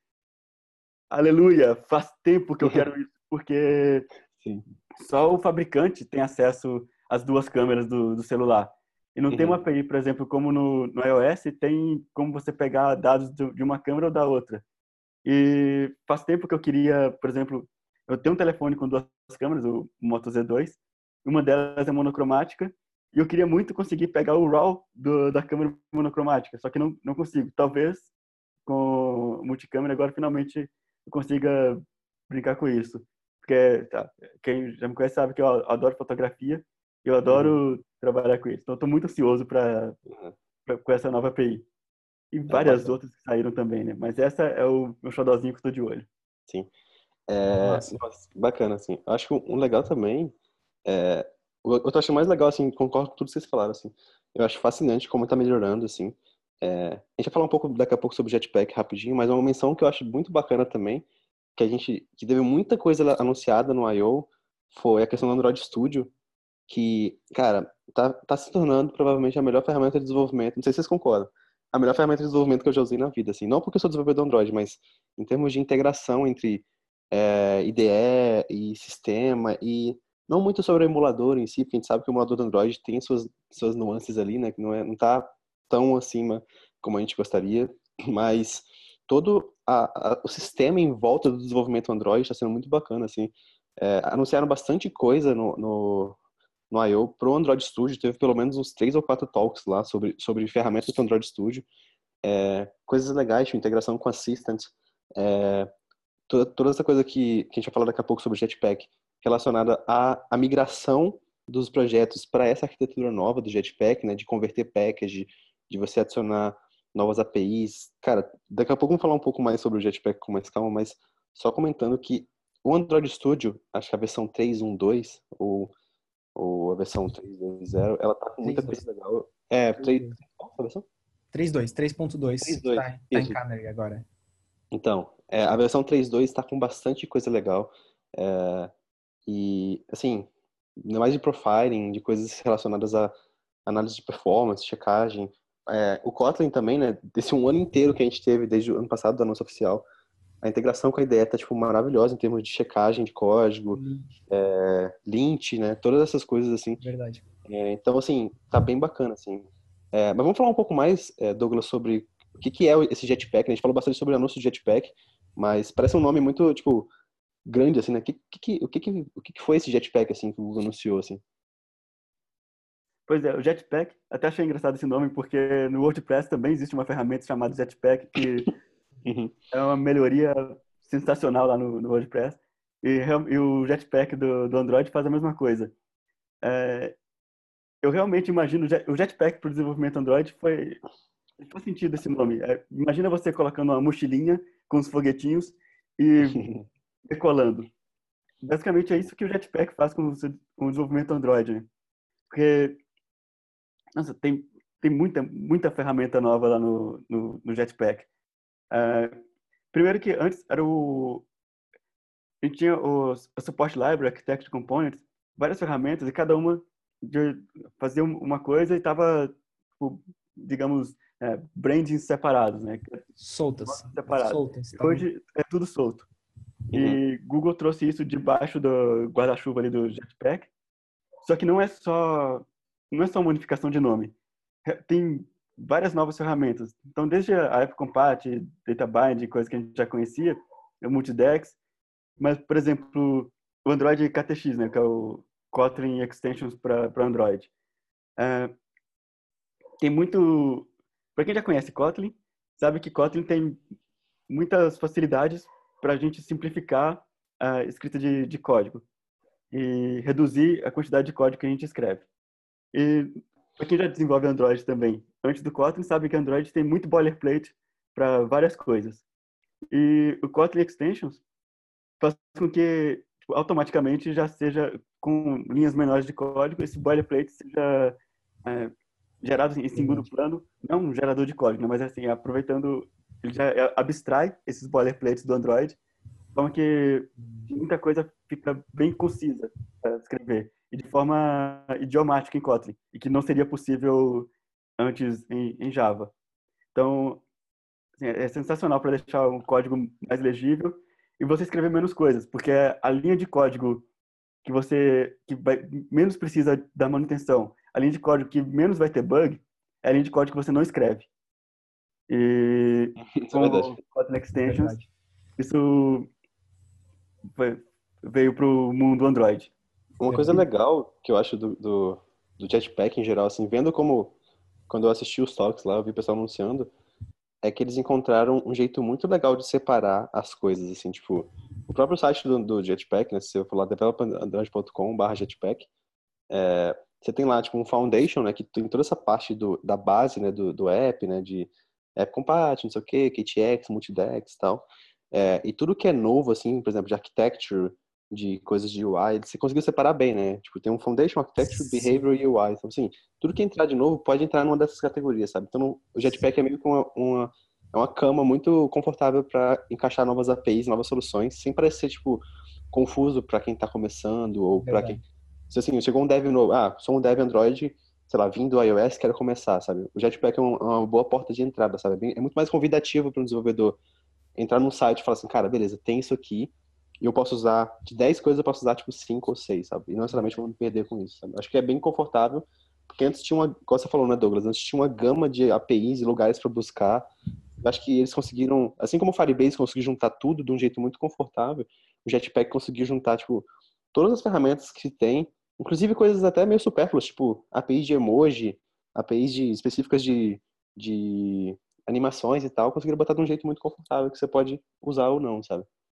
Aleluia! Faz tempo que eu quero isso, porque Sim. só o fabricante tem acesso às duas câmeras do, do celular. E não tem uma Uhum. A P I, por exemplo, como no, no iOS, tem como você pegar dados de uma câmera ou da outra. E faz tempo que eu queria, por exemplo, eu tenho um telefone com duas câmeras, o Moto Z dois, uma delas é monocromática, e eu queria muito conseguir pegar o RAW do, da câmera monocromática, só que não, não consigo. Talvez com multicâmera agora finalmente eu consiga brincar com isso. Porque tá, quem já me conhece sabe que eu adoro fotografia, eu Uhum. adoro trabalhar com isso. Então eu estou muito ansioso para Uhum. com essa nova A P I. E É várias bacana. outras que saíram também, né? Mas essa é o meu xodózinho que eu tô de olho. Sim. É, Massa. nossa, bacana, assim. Eu acho que um um legal também, é, o- eu tô achando mais legal, assim, concordo com tudo que vocês falaram, assim. Eu acho fascinante como tá melhorando, assim. É, a gente vai falar um pouco daqui a pouco sobre Jetpack rapidinho, mas uma menção que eu acho muito bacana também, que a gente, que teve muita coisa lá anunciada no I O, foi a questão do Android Studio, que, cara, tá, tá se tornando provavelmente a melhor ferramenta de desenvolvimento. Não sei se vocês concordam. A melhor ferramenta de desenvolvimento que eu já usei na vida, assim. Não porque eu sou desenvolvedor Android, mas em termos de integração entre é, I D E e sistema e não muito sobre o emulador em si, porque a gente sabe que o emulador do Android tem suas, suas nuances ali, né? Que não, é, não tá tão acima como a gente gostaria, mas todo a, a, o sistema em volta do desenvolvimento Android está sendo muito bacana, assim. É, anunciaram bastante coisa no, no no I O pro Android Studio, teve pelo menos uns três ou quatro talks lá sobre, sobre ferramentas do Android Studio, é, coisas legais, tipo integração com Assistant, é, toda, toda essa coisa que, que a gente vai falar daqui a pouco sobre Jetpack, relacionada à, à migração dos projetos para essa arquitetura nova do Jetpack, né, de converter package, de você adicionar novas A P Is. Cara, daqui a pouco vamos falar um pouco mais sobre o Jetpack com mais calma, mas só comentando que o Android Studio, acho que a versão três ponto dez ou, ou a versão três ponto zero, ela tá com muita coisa legal. É, três, qual a versão? três ponto dois, três ponto dois, três ponto dois, tá, tá em isso. Canary agora. Então, é, a versão três ponto dois está com bastante coisa legal. É, e, assim, ainda mais de profiling, de coisas relacionadas a análise de performance, checagem. É, o Kotlin também, né? Desse um ano inteiro que a gente teve, desde o ano passado do anúncio oficial, a integração com a I D E tá, tipo, maravilhosa em termos de checagem de código, é, lint, né? Todas essas coisas, assim. Verdade. É, então, assim, tá bem bacana, assim. É, mas vamos falar um pouco mais, é, Douglas, sobre o que, que é esse Jetpack, né? A gente falou bastante sobre o anúncio do Jetpack, mas parece um nome muito, tipo, grande, assim, né? Que, que, o, que, que, o que, que foi esse Jetpack, assim, que o Google anunciou, assim? Pois é, o Jetpack, até achei engraçado esse nome, porque no WordPress também existe uma ferramenta chamada Jetpack, que Uhum. é uma melhoria sensacional lá no, no WordPress. E, real- e o Jetpack do, do Android faz a mesma coisa. É, eu realmente imagino, o Jet- o Jetpack para o desenvolvimento Android foi, faz sentido esse nome. É, imagina você colocando uma mochilinha com os foguetinhos e decolando. Basicamente é isso que o Jetpack faz com o, com o desenvolvimento Android, né? Porque, nossa, tem, tem muita, muita ferramenta nova lá no, no, no Jetpack. É, primeiro que antes era o... A gente tinha o, o Support Library, Architecture Components, várias ferramentas, e cada uma de, fazia uma coisa e estava, digamos, é, brandings separados, né? Soltas. Separados. Soltas. Tá bom? Hoje é tudo solto. Uhum. E Google trouxe isso debaixo do guarda-chuva ali do Jetpack. Só que não é só não é só uma unificação de nome. Tem várias novas ferramentas. Então, desde a AppCompat, DataBind, coisa que a gente já conhecia, o Multidex, mas, por exemplo, o Android K T X, né, que é o Kotlin Extensions para Android. É, tem muito... Para quem já conhece Kotlin, sabe que Kotlin tem muitas facilidades para a gente simplificar a escrita de, de código e reduzir a quantidade de código que a gente escreve. E para quem já desenvolve Android também, antes do Kotlin, sabe que Android tem muito boilerplate para várias coisas. E o Kotlin Extensions faz com que tipo, automaticamente já seja com linhas menores de código, esse boilerplate seja é, gerado em segundo Verdade. plano, não um gerador de código, né, mas assim, aproveitando, ele já abstrai esses boilerplates do Android, de forma que muita coisa fica bem concisa para escrever, e de forma idiomática em Kotlin, e que não seria possível antes em, em Java. Então, assim, é sensacional para deixar o código mais legível e você escrever menos coisas, porque a linha de código que você que vai, menos precisa da manutenção, a linha de código que menos vai ter bug, é a linha de código que você não escreve. E Isso é com verdade. o Kotlin Extensions, Verdade. isso foi, veio para o mundo Android. Uma coisa Verdade. legal que eu acho do, do, do Jetpack em geral, assim, vendo como, quando eu assisti os talks lá, eu vi o pessoal anunciando, é que eles encontraram um jeito muito legal de separar as coisas, assim, tipo, o próprio site do, do Jetpack, né, se você for lá, developer android ponto com barra jetpack, é, você tem lá, tipo, um foundation, né, que tem toda essa parte do, da base, né, do, do app, né, de app compat, não sei o quê, K T X, multidex e tal, é, e tudo que é novo, assim, por exemplo, de architecture, de coisas de U I, você conseguiu separar bem, né, tipo, tem um foundation, architecture, Sim. behavior e U I, então, assim, tudo que entrar de novo pode entrar numa dessas categorias, sabe, então o Jetpack é meio que uma, uma é uma cama muito confortável para encaixar novas A P Is, novas soluções, sem parecer, tipo, confuso para quem está começando ou para quem... Verdade. Se assim, chegou um dev novo, ah, sou um dev Android, sei lá, vim do iOS, quero começar, sabe? O Jetpack é um- é uma boa porta de entrada, sabe? É bem- é muito mais convidativo para um desenvolvedor entrar num site e falar assim, cara, beleza, tem isso aqui, e eu posso usar, de dez coisas eu posso usar, tipo, cinco ou seis, sabe? E não necessariamente vou me perder com isso, sabe? Acho que é bem confortável, porque antes tinha uma, como você falou, né, Douglas? Antes tinha uma gama de A P Is e lugares para buscar. Eu acho que eles conseguiram, assim como o Firebase conseguiu juntar tudo de um jeito muito confortável, o Jetpack conseguiu juntar, tipo, todas as ferramentas que tem, inclusive coisas até meio supérfluas, tipo A P Is de emoji, A P Is de, específicas de, de animações e tal, conseguiram botar de um jeito muito confortável que você pode usar ou não, sabe?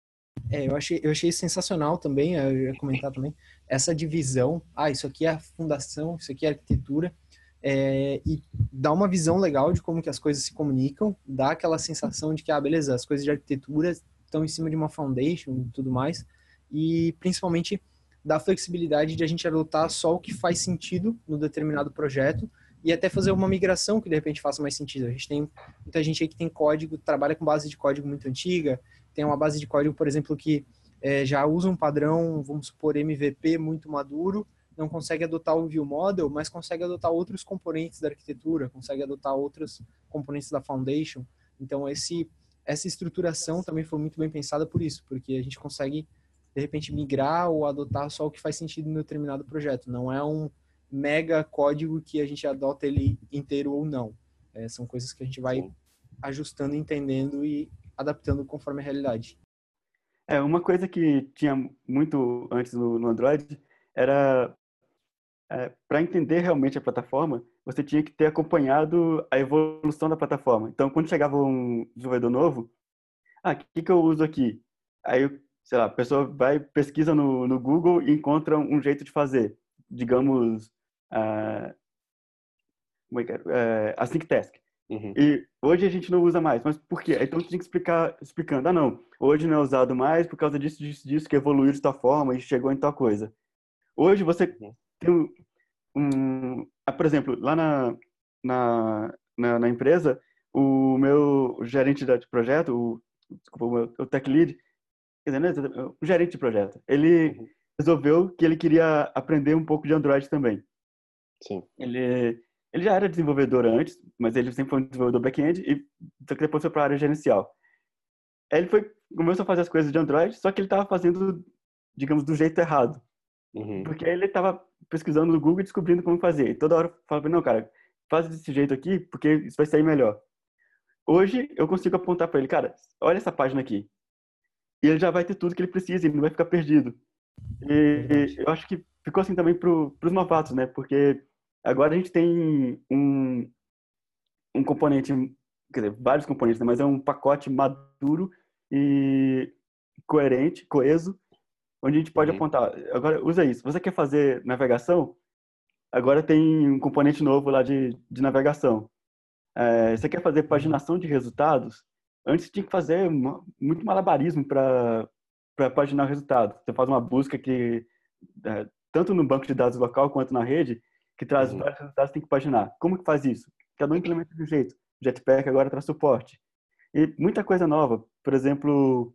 É, eu achei, eu achei sensacional também, eu ia comentar também, essa divisão. Ah, isso aqui é a fundação, isso aqui é a arquitetura. É, e dá uma visão legal de como que as coisas se comunicam, dá aquela sensação de que, ah, beleza, as coisas de arquitetura estão em cima de uma foundation e tudo mais, e principalmente dá flexibilidade de a gente adotar só o que faz sentido no determinado projeto e até fazer uma migração que de repente faça mais sentido. A gente tem muita gente aí que tem código, trabalha com base de código muito antiga, tem uma base de código, por exemplo, que é, já usa um padrão, vamos supor, M V P muito maduro, não consegue adotar o View Model, mas consegue adotar outros componentes da arquitetura, consegue adotar outros componentes da Foundation. Então, esse, essa estruturação também foi muito bem pensada por isso, porque a gente consegue, de repente, migrar ou adotar só o que faz sentido em determinado projeto. Não é um mega código que a gente adota ele inteiro ou não. É, são coisas que a gente vai Sim. ajustando, entendendo e adaptando conforme a realidade. É, uma coisa que tinha muito antes no, no Android era, é, para entender realmente a plataforma, você tinha que ter acompanhado a evolução da plataforma. Então, quando chegava um desenvolvedor novo, ah, o que, que eu uso aqui? Aí, sei lá, a pessoa vai, pesquisa no, no Google e encontra um jeito de fazer. Digamos, ah, como é que é? É, a Synctask. Uhum. E hoje a gente não usa mais, mas por quê? Então tinha que explicar, explicando, ah não, hoje não é usado mais por causa disso, disso, disso, que evoluiu de tal forma e chegou em tal coisa. Hoje você Uhum. tem um, um ah, por exemplo, lá na, na, na, na empresa, o meu gerente de projeto, o, desculpa, o, meu, o tech lead, quer dizer, né, o gerente de projeto, ele Uhum. resolveu que ele queria aprender um pouco de Android também. Sim. Ele, ele já era desenvolvedor antes, mas ele sempre foi um desenvolvedor back-end e só que depois foi para a área gerencial. Aí ele foi, começou a fazer as coisas de Android, só que ele estava fazendo, digamos, do jeito errado. Uhum. Porque aí ele estava pesquisando no Google e descobrindo como fazer. E toda hora falava, não, cara, faz desse jeito aqui, porque isso vai sair melhor. Hoje eu consigo apontar para ele, cara, olha essa página aqui. E ele já vai ter tudo que ele precisa, ele não vai ficar perdido. E Verdade. eu acho que ficou assim também para os novatos, né? Porque agora a gente tem um, um componente, quer dizer, vários componentes, né? Mas é um pacote maduro e coerente, coeso, onde a gente pode Uhum. apontar. Agora, usa isso. Você quer fazer navegação? Agora tem um componente novo lá de, de navegação. É, você quer fazer paginação de resultados? Antes tinha que fazer uma, muito malabarismo para para paginar o resultado. Você faz uma busca que, é, tanto no banco de dados local quanto na rede, que traz Uhum. vários resultados, tem que paginar. Como que faz isso? Cada um implementa de um jeito. O Jetpack agora traz suporte. E muita coisa nova. Por exemplo,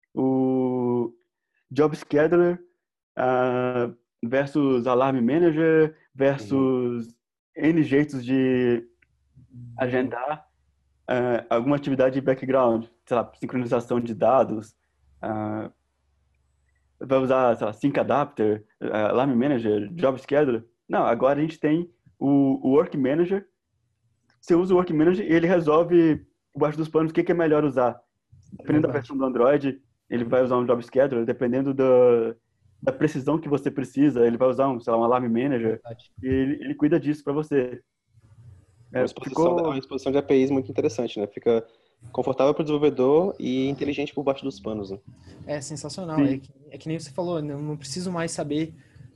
o Job Scheduler uh, versus Alarm Manager Uhum. versus N jeitos de Boa. agendar uh, alguma atividade de background, sei lá, sincronização de dados, uh, vai usar, sei lá, Sync Adapter, uh, Alarm Manager, Job Scheduler. Não, agora a gente tem o, o Work Manager. Você usa o Work Manager e ele resolve, por baixo dos panos, o que, que é melhor usar. Dependendo da Verdade. versão do Android, ele vai usar um Job Scheduler, dependendo da, da precisão que você precisa, ele vai usar um, sei lá, um Alarm Manager, Verdade. e ele, ele cuida disso para você. É uma É, exposição, é uma ficou, exposição de A P Is muito interessante, né? Fica confortável para o desenvolvedor e inteligente por baixo dos panos, né? É sensacional. É sim, que, é que nem você falou, não, não preciso mais saber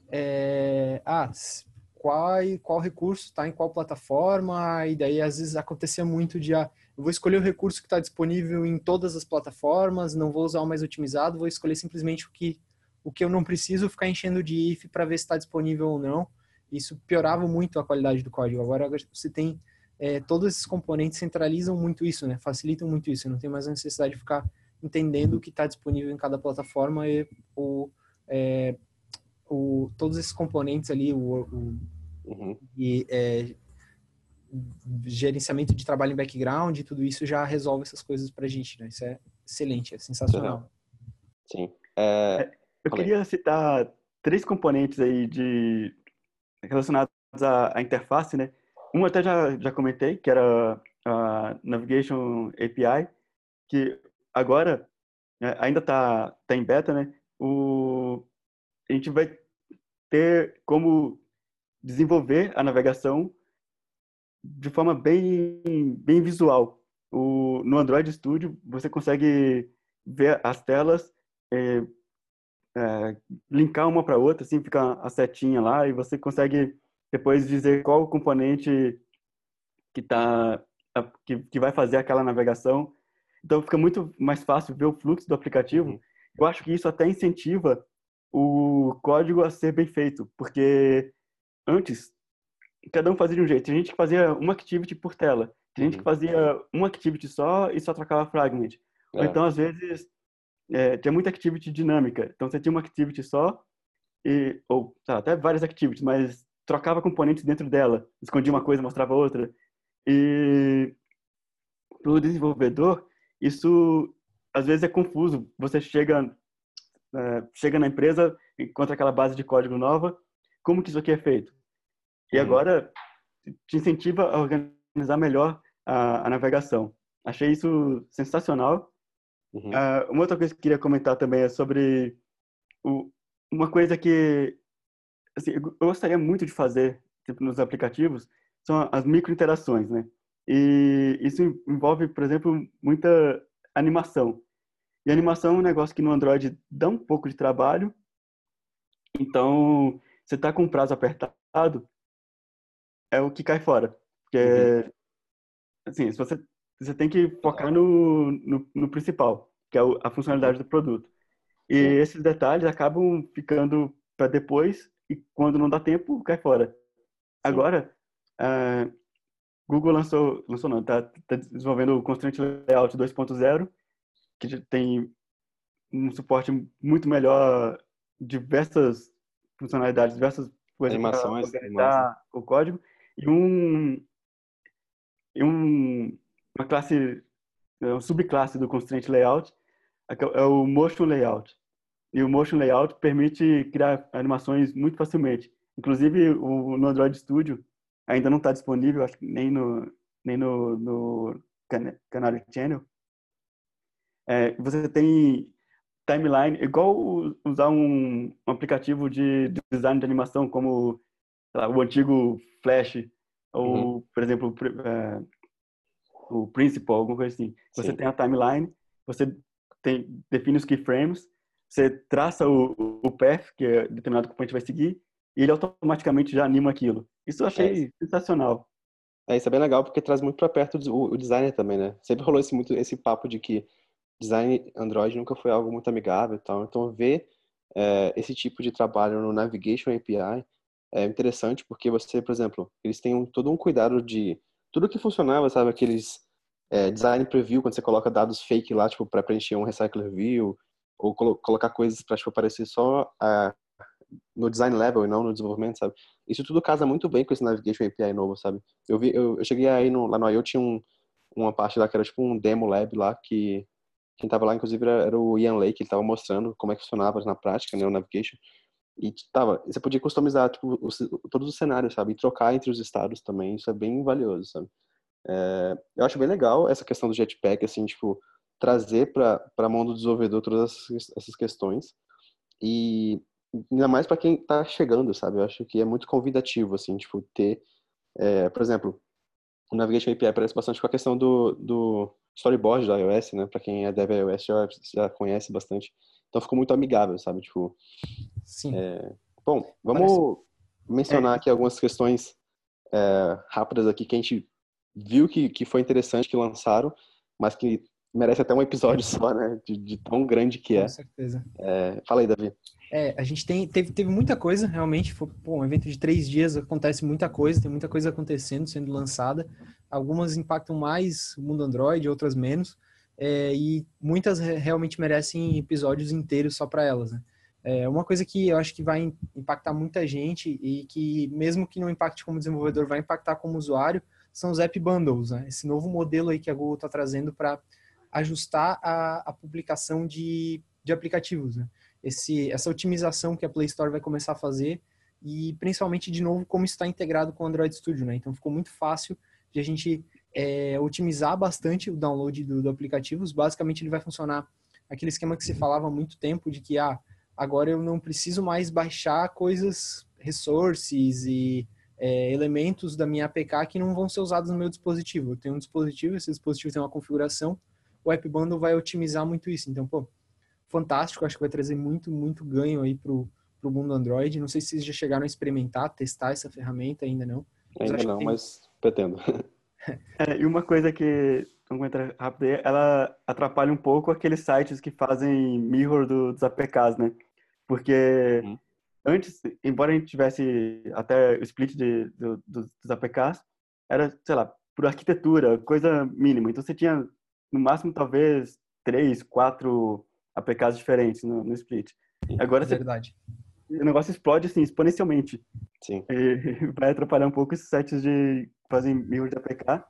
é, ah, s- qual, qual recurso está em qual plataforma, e daí às vezes acontecia muito de, ah, eu vou escolher o recurso que está disponível em todas as plataformas, não vou usar o mais otimizado, vou escolher simplesmente o que, o que eu não preciso ficar enchendo de if para ver se está disponível ou não. Isso piorava muito a qualidade do código. Agora você tem é, todos esses componentes centralizam muito isso, né? Facilitam muito isso. Não tem mais a necessidade de ficar entendendo o que está disponível em cada plataforma e o, é, o, todos esses componentes ali, o, o Uhum. e, é, gerenciamento de trabalho em background, tudo isso já resolve essas coisas para a gente, né? Isso é excelente, é Isso é real. sensacional. Sim. É... é, eu Falei. queria citar três componentes aí de, relacionados à, à interface, né? Um até já, já comentei, que era a Navigation A P I, que agora é, ainda está tá em beta, né? O, a gente vai ter como desenvolver a navegação de forma bem, bem visual. O, no Android Studio, você consegue ver as telas é, é, linkar uma para outra, assim, fica a setinha lá e você consegue depois dizer qual o componente que tá, que, que vai fazer aquela navegação. Então fica muito mais fácil ver o fluxo do aplicativo. Uhum. Eu acho que isso até incentiva o código a ser bem feito, porque antes cada um fazia de um jeito. Tem gente que fazia uma activity por tela, tem gente que Uhum. fazia uma activity só e só trocava fragment. Ou É. então, às vezes, é, tinha muita activity dinâmica. Então, você tinha uma activity só, e, ou tá, até várias activities, mas trocava componentes dentro dela. Escondia uma Sim. coisa, mostrava outra. E para o desenvolvedor, isso às vezes é confuso. Você chega, é, chega na empresa, encontra aquela base de código nova, como que isso aqui é feito? E Uhum. agora te incentiva a organizar melhor a, a navegação. Achei isso sensacional. Uhum. Uh, uma outra coisa que eu queria comentar também é sobre o, uma coisa que assim, eu gostaria muito de fazer tipo, nos aplicativos, são as microinterações, né? E isso envolve, por exemplo, muita animação. E animação é um negócio que no Android dá um pouco de trabalho. Então, você está com um prazo apertado, é o que cai fora. Uhum. Porque, assim, se você, você tem que focar no, no, no principal, que é o- a Uhum. funcionalidade do produto. E Sim. esses detalhes acabam ficando para depois e quando não dá tempo, cai fora. Sim. Agora, ah, Google lançou, lançou não, tá, tá desenvolvendo o Constraint Layout dois ponto zero, que já tem um suporte muito melhor, diversas funcionalidades, diversas coisas para Animações, tudo mais, né? organizar o código e um, e um uma classe, uma subclasse do Constraint Layout é o é o Motion Layout. E o Motion Layout permite criar animações muito facilmente. Inclusive, o, no Android Studio ainda não está disponível, acho que nem no, nem no, no Can- Canary Channel. É, você tem timeline, igual o- usar um, um aplicativo de design de animação, como sei lá, o antigo Flash, Uhum. ou, por exemplo, o Pri- é, o Principal, alguma coisa assim. Você Sim. tem a timeline, você tem, define os keyframes, você traça o, o path que é determinado componente vai seguir, e ele automaticamente já anima aquilo. Isso eu É, achei sensacional. é, isso é bem legal porque traz muito pra perto o, o designer também, né? Sempre rolou esse, muito, esse papo de que design Android nunca foi algo muito amigável e tal. Então, ver é, esse tipo de trabalho no Navigation A P I é interessante porque você, por exemplo, eles têm um, todo um cuidado de tudo que funcionava, sabe? Aqueles é, design preview, quando você coloca dados fake lá, tipo, para preencher um recycler view, ou colo colocar coisas para tipo, aparecer só ah, no design level e não no desenvolvimento, sabe? Isso tudo casa muito bem com esse Navigation A P I novo, sabe? Eu vi, eu, eu cheguei aí no, lá no I O, tinha um, uma parte lá que era tipo um demo lab lá que quem tava lá, inclusive, era, era o Ian Lake, ele tava mostrando como é que funcionava na prática, né, o navigation. E tava, você podia customizar tipo, os, todos os cenários, sabe? E trocar entre os estados também, isso é bem valioso, sabe? É, eu acho bem legal essa questão do Jetpack, assim, tipo, trazer para para a mão do desenvolvedor todas essas, essas questões. E ainda mais para quem tá chegando, sabe? Eu acho que é muito convidativo, assim, tipo, ter, é, por exemplo, o Navigation A P I parece bastante com a questão do, do storyboard da iOS, né? Pra quem é dev iOS já, já conhece bastante. Então ficou muito amigável, sabe? Tipo, Sim, bom, parece. vamos É, mencionar aqui algumas questões é, rápidas aqui que a gente viu que, que foi interessante que lançaram, mas que merece até um episódio só, né? De, de tão grande que Com é. certeza. é. Fala aí, Davi. É, a gente tem, teve, teve muita coisa, realmente. Foi pô, um evento de três dias, acontece muita coisa, tem muita coisa acontecendo, sendo lançada. Algumas impactam mais o mundo Android, outras menos. É, e muitas re- realmente merecem episódios inteiros só para elas, né? É, uma coisa que eu acho que vai impactar muita gente e que, mesmo que não impacte como desenvolvedor, vai impactar como usuário, são os App Bundles, né? Esse novo modelo aí que a Google está trazendo para ajustar a, a publicação de, de aplicativos, né? Esse, essa otimização que a Play Store vai começar a fazer e principalmente, de novo, como está integrado com o Android Studio, né? Então ficou muito fácil de a gente é, otimizar bastante o download do, do aplicativo. Basicamente ele vai funcionar aquele esquema que se falava há muito tempo de que ah, agora eu não preciso mais baixar coisas, resources e é, elementos da minha A P K que não vão ser usados no meu dispositivo. Eu tenho um dispositivo, esse dispositivo tem uma configuração, o App Bundle vai otimizar muito isso. Então, pô, fantástico, acho que vai trazer muito, muito ganho aí pro, pro mundo Android. Não sei se vocês já chegaram a experimentar, testar essa ferramenta, ainda não. Mas eu Ainda acho que não, tem... mas pretendo. É, e uma coisa que, vamos entrar rápido aí, ela atrapalha um pouco aqueles sites que fazem mirror do- dos A P Ks, né? Porque Uhum. antes, embora a gente tivesse até o split de, do- dos, dos A P Ks, era, sei lá, por arquitetura, coisa mínima. Então você tinha, no máximo, talvez, três, quatro A P Ks diferentes no, no split. Agora você, Verdade. o negócio explode, assim, exponencialmente. Sim. E vai atrapalhar um pouco esses sites de que fazem mirror de A P K.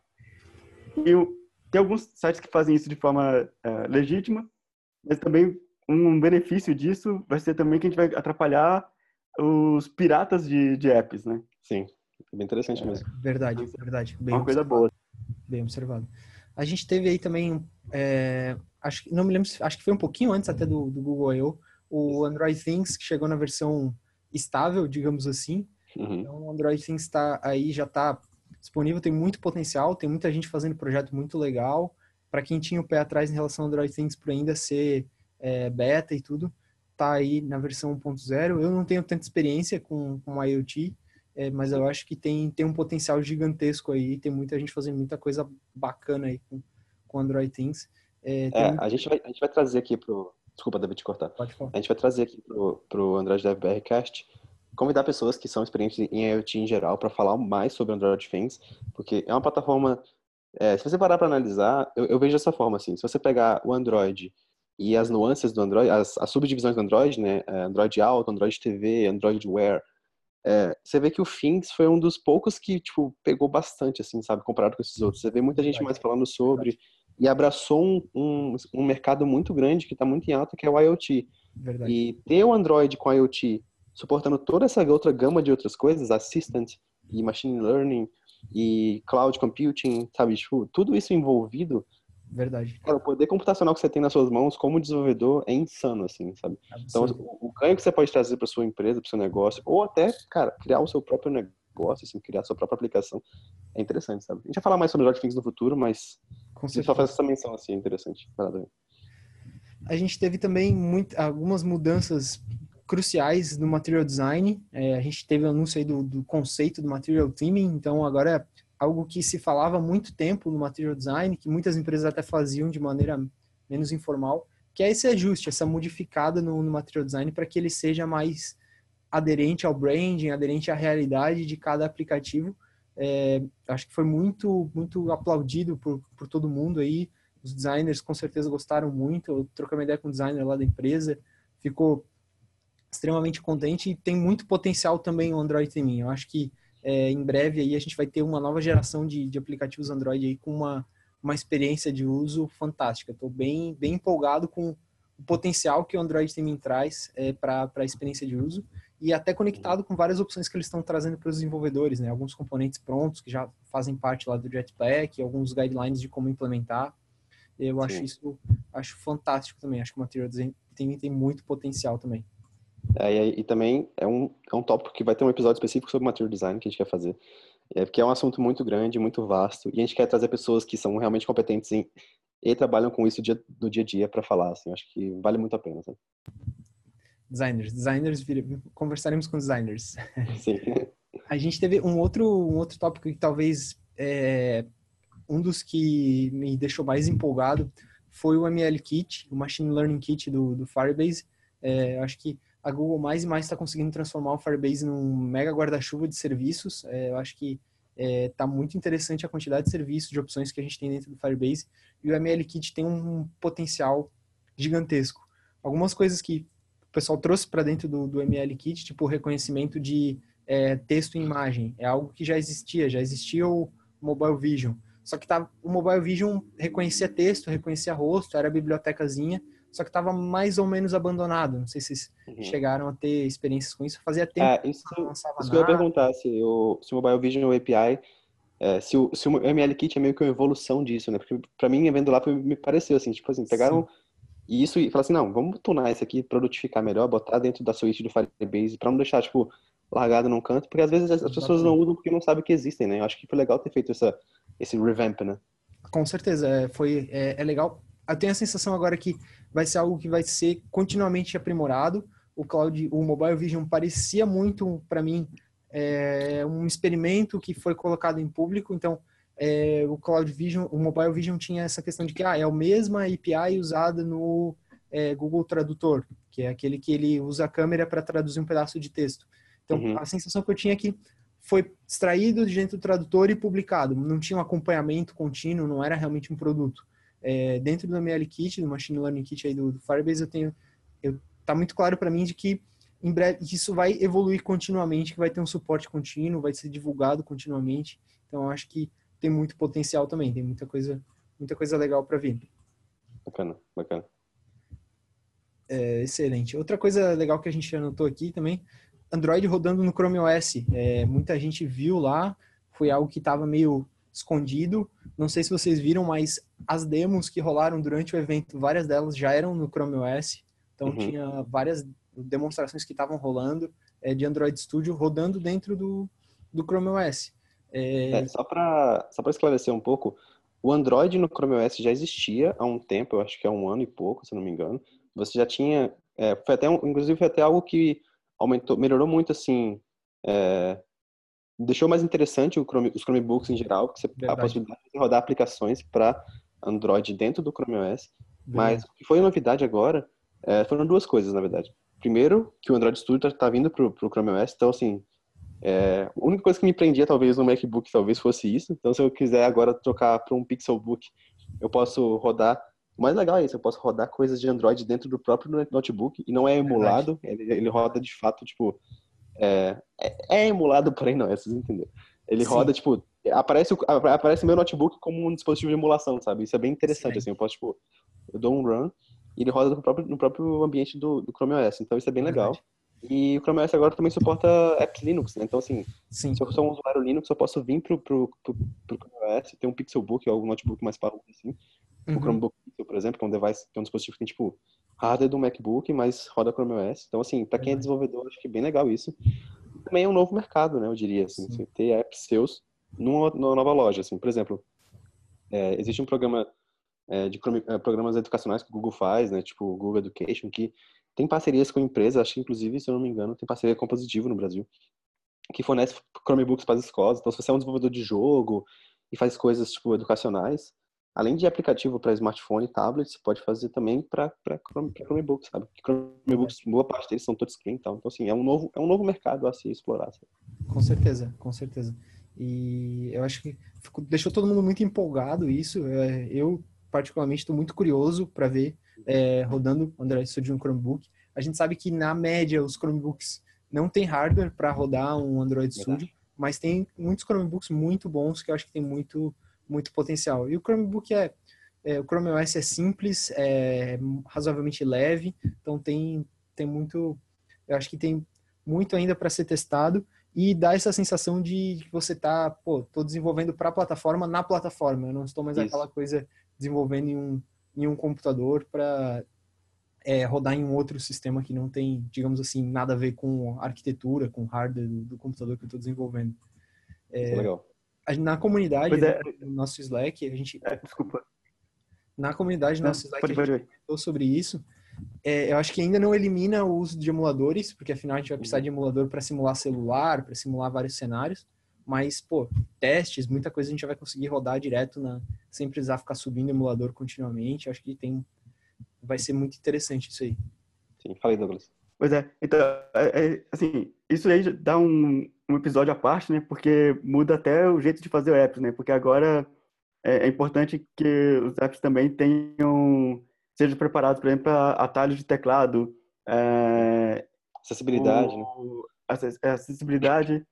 E o- tem alguns sites que fazem isso de forma eh, legítima, mas também um benefício disso vai ser também que a gente vai atrapalhar os piratas de, de apps, né? Sim. É bem interessante mesmo. Verdade, verdade. É Bem uma coisa observado. boa. Bem observado. A gente teve aí também, é, acho que não me lembro, se- acho que foi um pouquinho antes até do, do Google I O, o Android Things, que chegou na versão estável, digamos assim. Uhum. Então, o Android Things está aí, já está disponível, tem muito potencial, tem muita gente fazendo projeto muito legal. Para quem tinha o pé atrás em relação ao Android Things por ainda ser é, beta e tudo, tá aí na versão um ponto zero. Eu não tenho tanta experiência com, com IoT, é, mas eu acho que tem, tem um potencial gigantesco aí, tem muita gente fazendo muita coisa bacana aí com, com Android Things. É, tem É, muito... a gente vai, a gente vai trazer aqui pro. Desculpa, David, te cortar. Pode falar. A gente vai trazer aqui pro, pro Android Dev BRcast, convidar pessoas que são experientes em IoT em geral para falar mais sobre o Android Things, porque é uma plataforma. É, se você parar para analisar, eu, eu vejo dessa forma assim: se você pegar o Android e as nuances do Android, as, as subdivisões do Android, né? é, Android Auto, Android T V, Android Wear, é, você vê que o Things foi um dos poucos que, tipo, pegou bastante, assim, sabe, comparado com esses outros. Você vê muita gente mais Verdade. falando sobre e abraçou um, um, um mercado muito grande que está muito em alta, que é o IoT. Verdade. E ter o Android com IoT suportando toda essa outra gama de outras coisas, Assistant e Machine Learning e Cloud Computing, sabe, tipo, tudo isso envolvido, Verdade. cara, o poder computacional que você tem nas suas mãos como desenvolvedor é insano, assim, sabe? Então, Absurdo. o o ganho que você pode trazer para sua empresa, para seu negócio, ou até, cara, criar o seu próprio negócio, assim, criar a sua própria aplicação, é interessante, sabe? A gente vai falar mais sobre Android Things no futuro, mas Com ele só faz certeza. essa menção, assim, é interessante. Parada. A gente teve também muito, algumas mudanças cruciais no Material Design. É, a gente teve o anúncio aí do, do conceito do Material Theming, então agora é algo que se falava há muito tempo no Material Design, que muitas empresas até faziam de maneira menos informal, que é esse ajuste, essa modificada no, no Material Design para que ele seja mais aderente ao branding, aderente à realidade de cada aplicativo. É, acho que foi muito, muito aplaudido por, por todo mundo aí. Os designers com certeza gostaram muito. Eu troquei uma ideia com o designer lá da empresa, ficou extremamente contente e tem muito potencial também o Android em mim. Eu acho que é, em breve aí a gente vai ter uma nova geração de, de aplicativos Android aí com uma, uma experiência de uso fantástica. Estou bem, bem empolgado com o potencial que o Android em mim traz é, para a experiência de uso e até conectado com várias opções que eles estão trazendo para os desenvolvedores, né? Alguns componentes prontos que já fazem parte lá do Jetpack, alguns guidelines de como implementar. Eu acho Sim. isso acho fantástico também. Acho que o Material Design tem, tem muito potencial também. É, e, e também é um, é um tópico que vai ter um episódio específico sobre Material Design que a gente quer fazer. É, porque é um assunto muito grande, muito vasto, e a gente quer trazer pessoas que são realmente competentes em, e trabalham com isso dia, no dia a dia para falar, assim, eu acho que vale muito a pena, sabe? Designers, designers, conversaremos com designers. Sim. A gente teve um outro, um outro tópico que talvez é, um dos que me deixou mais empolgado foi o M L Kit, o Machine Learning Kit do, do Firebase. É, acho que a Google mais e mais está conseguindo transformar o Firebase num mega guarda-chuva de serviços. É, eu acho que está é, muito interessante a quantidade de serviços, de opções que a gente tem dentro do Firebase. E o M L Kit tem um potencial gigantesco. Algumas coisas que o pessoal trouxe para dentro do, do M L Kit, tipo o reconhecimento de é, texto e imagem, é algo que já existia, já existia o Mobile Vision. Só que tá, o Mobile Vision reconhecia texto, reconhecia rosto, era a bibliotecazinha, só que estava mais ou menos abandonado. Não sei se vocês Uhum. chegaram a ter experiências com isso. Fazia tempo É, isso, que não lançava isso que eu ia nada. perguntar, se o, se o Mobile Vision ou A P I, é, se, o, se o M L Kit é meio que uma evolução disso, né? Porque pra mim, vendo lá, foi- me pareceu assim, tipo assim, pegaram Sim, isso e falaram assim, não, vamos tunar isso aqui, produtificar melhor, botar dentro da suíte do Firebase, pra não deixar, tipo, largado num canto, porque às vezes as, as pessoas não exatamente. usam porque não sabem que existem, né? Eu acho que foi legal ter feito essa, esse revamp, né? Com certeza, é, foi, é, é legal. Eu tenho a sensação agora que vai ser algo que vai ser continuamente aprimorado. O Cloud, o Mobile Vision parecia muito, para mim, é, um experimento que foi colocado em público. Então, é, o Cloud Vision, o Mobile Vision tinha essa questão de que ah, é a mesma A P I usada no é, Google Tradutor, que é aquele que ele usa a câmera para traduzir um pedaço de texto. Então, Uhum. a sensação que eu tinha é que foi extraído de dentro do tradutor e publicado. Não tinha um acompanhamento contínuo, não era realmente um produto. É, dentro do M L Kit, do Machine Learning Kit aí do, do Firebase, eu tenho, eu, tá muito claro para mim de que em breve isso vai evoluir continuamente, que vai ter um suporte contínuo, vai ser divulgado continuamente. Então, eu acho que tem muito potencial também, tem muita coisa, muita coisa legal para vir. Bacana, bacana. É, excelente. Outra coisa legal que a gente anotou aqui também, Android rodando no Chrome O S. É, muita gente viu lá, foi algo que estava meio escondido. Não sei se vocês viram, mas as demos que rolaram durante o evento, várias delas já eram no Chrome O S. Então Uhum. tinha várias demonstrações que estavam rolando é, de Android Studio rodando dentro do, do Chrome O S. É, É, só para só para esclarecer um pouco, o Android no Chrome O S já existia há um tempo, eu acho que há um ano e pouco, se não me engano. Você já tinha, é, foi até um, inclusive foi até algo que aumentou, melhorou muito assim, é, deixou mais interessante o Chrome, os Chromebooks em geral, porque você, a verdade, possibilidade de rodar aplicações para Android dentro do Chrome O S. Mas verdade. o que foi novidade agora, é, foram duas coisas, na verdade. Primeiro, que o Android Studio está tá vindo para o Chrome O S, então assim, é, a única coisa que me prendia talvez no MacBook talvez fosse isso. Então se eu quiser agora trocar para um Pixelbook, eu posso rodar. O mais legal é isso, eu posso rodar coisas de Android dentro do próprio notebook e não é Verdade. emulado, ele, ele roda de fato, tipo, é, é, é emulado, porém não é, vocês entenderam. Ele Sim, roda, tipo, aparece o aparece o meu notebook como um dispositivo de emulação, sabe? Isso é bem interessante, assim, eu excelente. posso, tipo, eu dou um run e ele roda no próprio, no próprio ambiente do, do Chrome O S, então isso é bem Verdade. legal. E o Chrome O S agora também suporta apps Linux, né? Então, assim, Sim, se eu sou um usuário Linux, eu posso vir pro, pro, pro, pro Chrome O S, ter um Pixelbook ou algum notebook mais parrudo, assim. O uhum, Chromebook Pixel, por exemplo, que é um device, que é um dispositivo que tem, tipo, hardware do MacBook, mas roda Chrome O S. Então, assim, para quem é verdade. desenvolvedor, acho que é bem legal isso. E também é um novo mercado, né? Eu diria, assim, Sim, você ter apps seus numa, numa nova loja, assim. Por exemplo, é, existe um programa é, de Chrome- é, programas educacionais que o Google faz, né? Tipo o Google Education, que tem parcerias com empresas, acho que inclusive, se eu não me engano, tem parceria com o Positivo no Brasil, que fornece Chromebooks para as escolas. Então, se você é um desenvolvedor de jogo e faz coisas tipo educacionais, além de aplicativo para smartphone e tablet, você pode fazer também para Chrome, Chromebook, sabe? Porque verdade. Chromebooks, boa parte deles são touchscreen e tal. Então, assim, é um novo, é um novo mercado a se explorar, sabe? Com certeza, com certeza. E eu acho que ficou- deixou todo mundo muito empolgado isso. É, eu, particularmente, estou muito curioso para ver é, rodando o Android Studio no Chromebook. A gente sabe que, na média, os Chromebooks não têm hardware para rodar um Android Studio, Verdade. mas tem muitos Chromebooks muito bons que eu acho que tem muito, muito potencial. E o Chromebook é, é o Chrome O S é simples, é razoavelmente leve, então tem, tem muito, eu acho que tem muito ainda para ser testado e dá essa sensação de que você tá, pô, tô desenvolvendo para a plataforma na plataforma, eu não estou mais aquela Isso. coisa desenvolvendo em um, em um computador para é, rodar em um outro sistema que não tem, digamos assim, nada a ver com a arquitetura, com o hardware do, do computador que eu estou desenvolvendo. Isso é legal. A- Na comunidade Pois ali, é, no nosso Slack, a gente, é, desculpa. na comunidade do Não, nosso Slack, pode, a gente pode. comentou sobre isso. É, eu acho que ainda não elimina o uso de emuladores, porque afinal a gente vai precisar Uhum. de emulador para simular celular, para simular vários cenários. Mas, pô, testes, muita coisa a gente já vai conseguir rodar direto na, sem precisar ficar subindo emulador continuamente. Eu acho que tem, vai ser muito interessante isso aí. Sim, falei, Douglas. Pois é, então, é, é, assim, isso aí já dá um, um episódio à parte, né? Porque muda até o jeito de fazer o app, né? Porque agora é, é importante que os apps também tenham, sejam preparados, por exemplo, para atalhos de teclado, é, Acessibilidade, né? o, acess- a acessibilidade,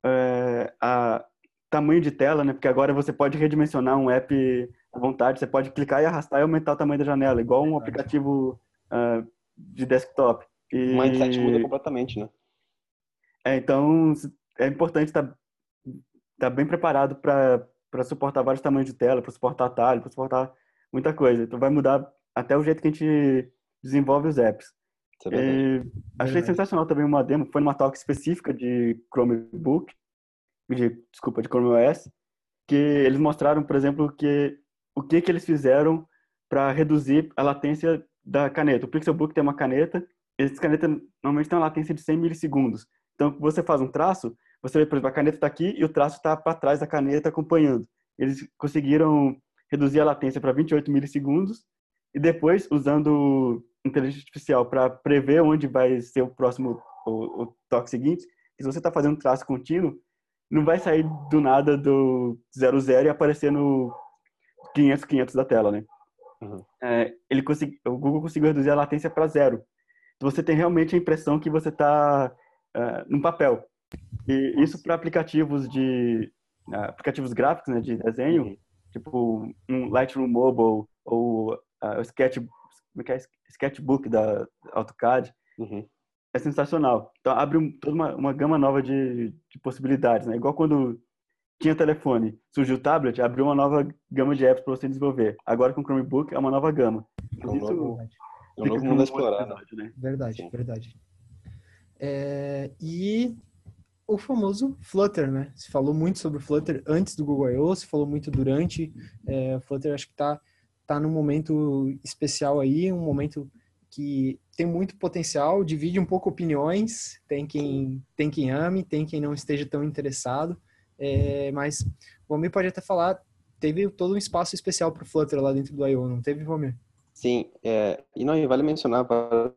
é, a tamanho de tela, né? Porque agora você pode redimensionar um app à vontade, você pode clicar e arrastar e aumentar o tamanho da janela, igual um Verdade. aplicativo ah, de desktop. O mindset muda E completamente, né? é, então é importante estar estar bem preparado para para suportar vários tamanhos de tela, para suportar atalho, para suportar muita coisa. Então vai mudar até o jeito que a gente desenvolve os apps. Isso é verdade. E achei Verdade. sensacional também uma demo, foi numa talk específica de Chromebook, de, desculpa, de Chrome O S, que eles mostraram, por exemplo, que o que que eles fizeram para reduzir a latência da caneta. O Pixelbook tem uma caneta, essa caneta normalmente tem uma latência de cem milissegundos. Então, você faz um traço, você vê, por exemplo, a caneta está aqui e o traço está para trás da caneta acompanhando. Eles conseguiram reduzir a latência para vinte e oito milissegundos e depois, usando inteligência artificial para prever onde vai ser o próximo, o, o toque seguinte, se você está fazendo um traço contínuo, não vai sair do nada do zero zero e aparecer no quinhentos quinhentos da tela, né? Uhum. É, ele consegui, o Google conseguiu reduzir a latência para zero. Então, você tem realmente a impressão que você está uh, num papel. E isso para aplicativos de uh, aplicativos gráficos, né, de desenho, Uhum. tipo um Lightroom Mobile ou uh, o Sketch, como é que é? Sketchbook da AutoCAD. Uhum. É sensacional. Então, abre um, toda uma, uma gama nova de, de possibilidades, né? Igual quando tinha telefone, surgiu o tablet, abriu uma nova gama de apps para você desenvolver. Agora com o Chromebook é uma nova gama. É Mas um isso novo, é um fica novo para mundo a um outro explorar, né? episódio, né? Verdade, Sim. verdade. É, e o famoso Flutter, né? Se falou muito sobre o Flutter antes do Google I O, se falou muito durante. É, o Flutter acho que tá, tá num momento especial aí, um momento que tem muito potencial, divide um pouco opiniões, tem quem, tem quem ame, tem quem não esteja tão interessado, é, mas o Vomir pode até falar, teve todo um espaço especial para o Flutter lá dentro do I O, não teve, Vomir? Sim, é, e não, e vale mencionar várias,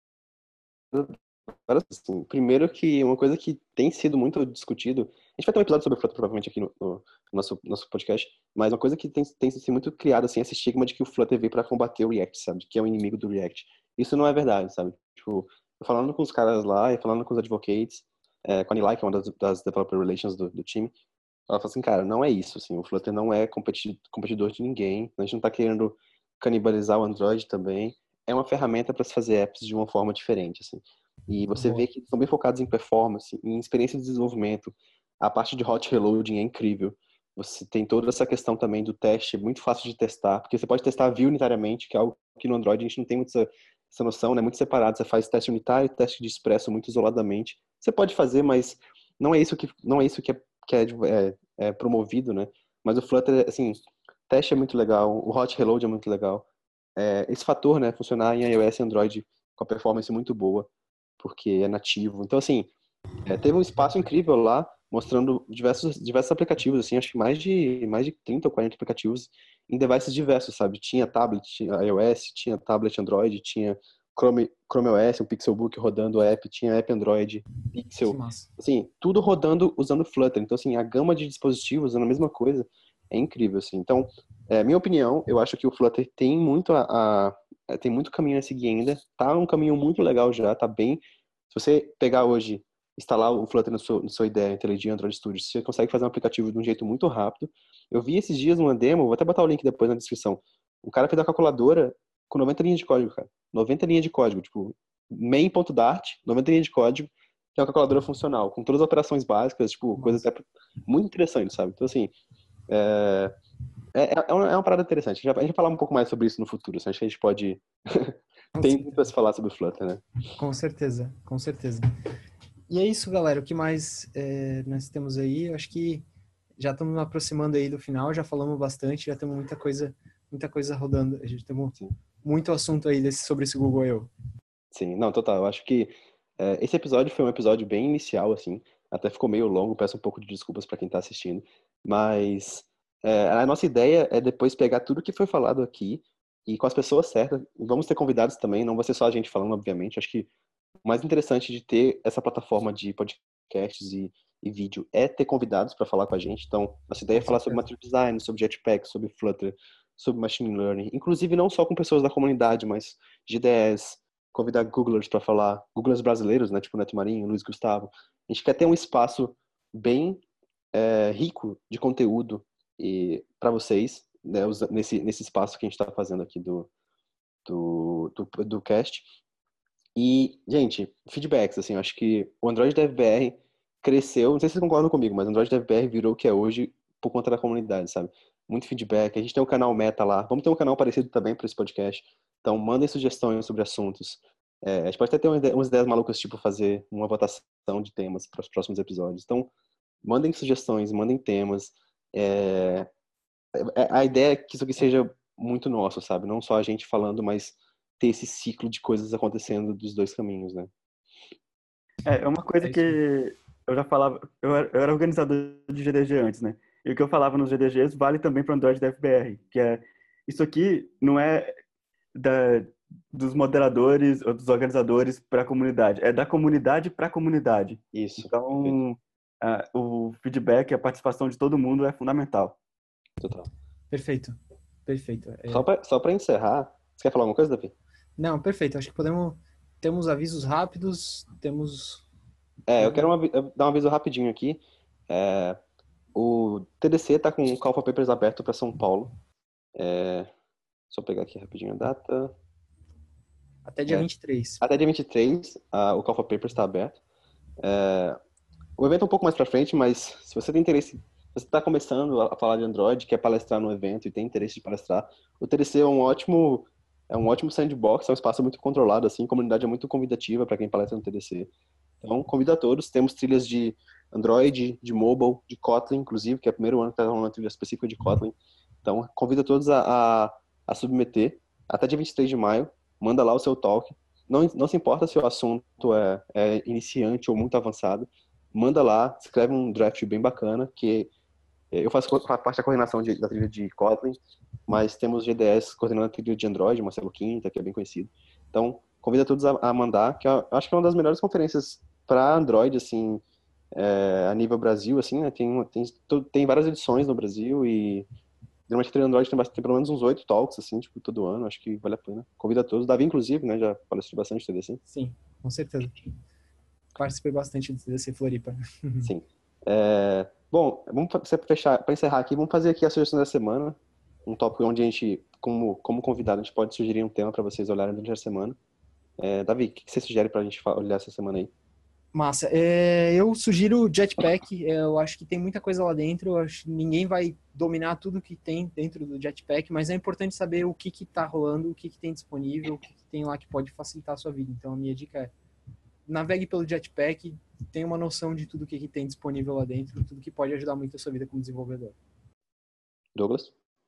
várias, assim, primeiro que uma coisa que tem sido muito discutido, a gente vai ter um episódio sobre o Flutter provavelmente aqui no, no nosso, nosso podcast, mas uma coisa que tem, tem sido muito criada, assim, esse estigma de que o Flutter veio para combater o React, sabe? Que é o inimigo do React. Isso não é verdade, sabe? Tipo, eu falando com os caras lá e falando com os advocates, é, com a Nilay, que é uma das, das developer relations do, do time, ela fala assim, cara, não é isso, assim, o Flutter não é competi- competidor de ninguém, a gente não tá querendo canibalizar o Android também, é uma ferramenta para se fazer apps de uma forma diferente, assim. E você Boa. vê que eles são bem focados em performance, em experiência de desenvolvimento. A parte de hot reloading é incrível. Você tem toda essa questão também do teste, muito fácil de testar, porque você pode testar view unitariamente, que é algo que no Android a gente não tem muita essa noção, né? Muito separado. Você faz teste unitário, teste de expresso muito isoladamente. Você pode fazer, mas não é isso que não é isso que é, que é, é, é promovido, né? Mas o Flutter, assim, teste é muito legal, o hot reload é muito legal. É, esse fator, né, funcionar em iOS e Android com a performance muito boa, porque é nativo. Então, assim, é, teve um espaço incrível lá, mostrando diversos, diversos aplicativos, assim, acho que mais de, mais de trinta ou quarenta aplicativos em devices diversos, sabe? Tinha tablet, tinha iOS, tinha tablet Android, tinha Chrome, Chrome O S, um Pixelbook rodando o app, tinha app Android, Que Pixel, massa. assim, tudo rodando usando Flutter. Então, assim, a gama de dispositivos usando a mesma coisa é incrível, assim. Então, é, minha opinião, eu acho que o Flutter tem muito a, a tem muito caminho a seguir ainda. Tá um caminho muito legal já, tá bem. Se você pegar hoje, instalar o Flutter no seu, no sua ideia, IntelliJ Android Studio, você consegue fazer um aplicativo de um jeito muito rápido. Eu vi esses dias uma demo, vou até botar o link depois na descrição. Um cara fez a calculadora com noventa linhas de código, cara. noventa linhas de código, tipo, main.dart, noventa linhas de código, que é uma calculadora funcional, com todas as operações básicas, tipo, coisas até muito interessantes, sabe? Então, assim, é, é, é, uma, é uma parada interessante. A gente vai falar um pouco mais sobre isso no futuro. Assim, acho que a gente pode. Tem muito a se falar sobre o Flutter, né? Com certeza, com certeza. E é isso, galera. O que mais é, nós temos aí? Eu acho que já estamos nos aproximando aí do final, já falamos bastante, já temos muita coisa, muita coisa rodando. A gente tem Sim, muito assunto aí desse, sobre esse Google I O. sim. Não, total. Eu acho que é, esse episódio foi um episódio bem inicial, assim. Até ficou meio longo, peço um pouco de desculpas para quem tá assistindo. Mas é, a nossa ideia é depois pegar tudo que foi falado aqui e com as pessoas certas. Vamos ter convidados também, não vai ser só a gente falando, obviamente. Acho que o mais interessante de ter essa plataforma de podcasts e, e vídeo é ter convidados para falar com a gente. Então, nossa ideia é Com falar sobre certeza. material design, sobre Jetpack, sobre Flutter, sobre machine learning, inclusive não só com pessoas da comunidade, mas G D S, convidar Googlers para falar, Googlers brasileiros, né, tipo Neto Marinho, Luiz Gustavo. A gente quer ter um espaço bem é, rico de conteúdo e para vocês, né, nesse, nesse espaço que a gente está fazendo aqui do, do, do, do cast. E, gente, feedbacks, assim, eu acho que o Android Dev B R cresceu, não sei se vocês concordam comigo, mas o Android Dev B R virou o que é hoje por conta da comunidade, sabe? Muito feedback, a gente tem um canal Meta lá, vamos ter um canal parecido também para esse podcast, então mandem sugestões sobre assuntos. É, a gente pode até ter umas ideias malucas, tipo fazer uma votação de temas para os próximos episódios. Então, mandem sugestões, mandem temas. É, a ideia é que isso aqui seja muito nosso, sabe? Não só a gente falando, mas ter esse ciclo de coisas acontecendo dos dois caminhos, né? É, é uma coisa É isso. que eu já falava, eu era, eu era organizador de G D G antes, né? E o que eu falava nos G D Gs vale também para o Android da F B R, que é, isso aqui não é da, dos moderadores ou dos organizadores para a comunidade, é da comunidade para a comunidade. Isso, perfeito. Então, a, o feedback, a participação de todo mundo é fundamental. Total. Perfeito. Perfeito. É, Só pra, só pra encerrar, você quer falar alguma coisa, Davi? Não, perfeito. Acho que podemos. Temos avisos rápidos, temos. É, eu quero uma, eu dar um aviso rapidinho aqui. É, o T D C tá com o Call for Papers aberto para São Paulo. É, só pegar aqui rapidinho a data. Até dia É, vinte e três. até dia vinte e três, a, o Call for Papers está aberto. É, o evento é um pouco mais pra frente, mas se você tem interesse, se você está começando a falar de Android, quer palestrar no evento e tem interesse de palestrar, o T D C é um ótimo, é um ótimo sandbox, é um espaço muito controlado, assim, a comunidade é muito convidativa para quem palestra no T D C. Então, convido a todos. Temos trilhas de Android, de mobile, de Kotlin, inclusive, que é o primeiro ano que está rolando uma trilha específica de Kotlin. Então, convido a todos a, a, a submeter até dia vinte e três de maio. Manda lá o seu talk. Não, não se importa se o assunto é, é iniciante ou muito avançado. Manda lá, escreve um draft bem bacana, que eu faço parte da coordenação de, da trilha de Kotlin, mas temos G D S coordenando a trilha de Android, Marcelo Quinta, que é bem conhecido. Então, convido a todos a, a mandar, que eu acho que é uma das melhores conferências para Android, assim, é, a nível Brasil, assim, né? Tem, tem, tem várias edições no Brasil e geralmente a trilha Android tem, tem pelo menos uns oito talks, assim, tipo, todo ano, acho que vale a pena. Convido a todos. Davi, inclusive, né? Já palestrou bastante T D C. Sim, com certeza. Participei bastante do T D C Floripa. Sim. É, bom, vamos fechar, para encerrar aqui, vamos fazer aqui a sugestão da semana, um tópico onde a gente, como, como convidado, a gente pode sugerir um tema para vocês olharem durante a semana. É, Davi, o que você sugere para a gente olhar essa semana aí? Massa. É, eu sugiro Jetpack. É, eu acho que tem muita coisa lá dentro. Eu acho que ninguém vai dominar tudo que tem dentro do Jetpack, mas é importante saber o que que tá rolando, o que que tem disponível, o que que tem lá que pode facilitar a sua vida. Então, a minha dica é navegue pelo Jetpack, tenha uma noção de tudo que, que tem disponível lá dentro, tudo que pode ajudar muito a sua vida como desenvolvedor. Douglas?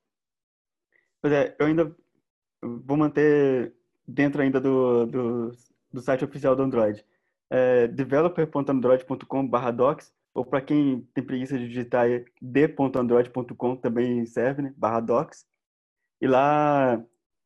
Pois é, eu ainda vou manter dentro ainda do, do, do site oficial do Android. É developer ponto android ponto com barra docs, ou para quem tem preguiça de digitar, é d ponto android ponto com também serve, né? Barra docs. E lá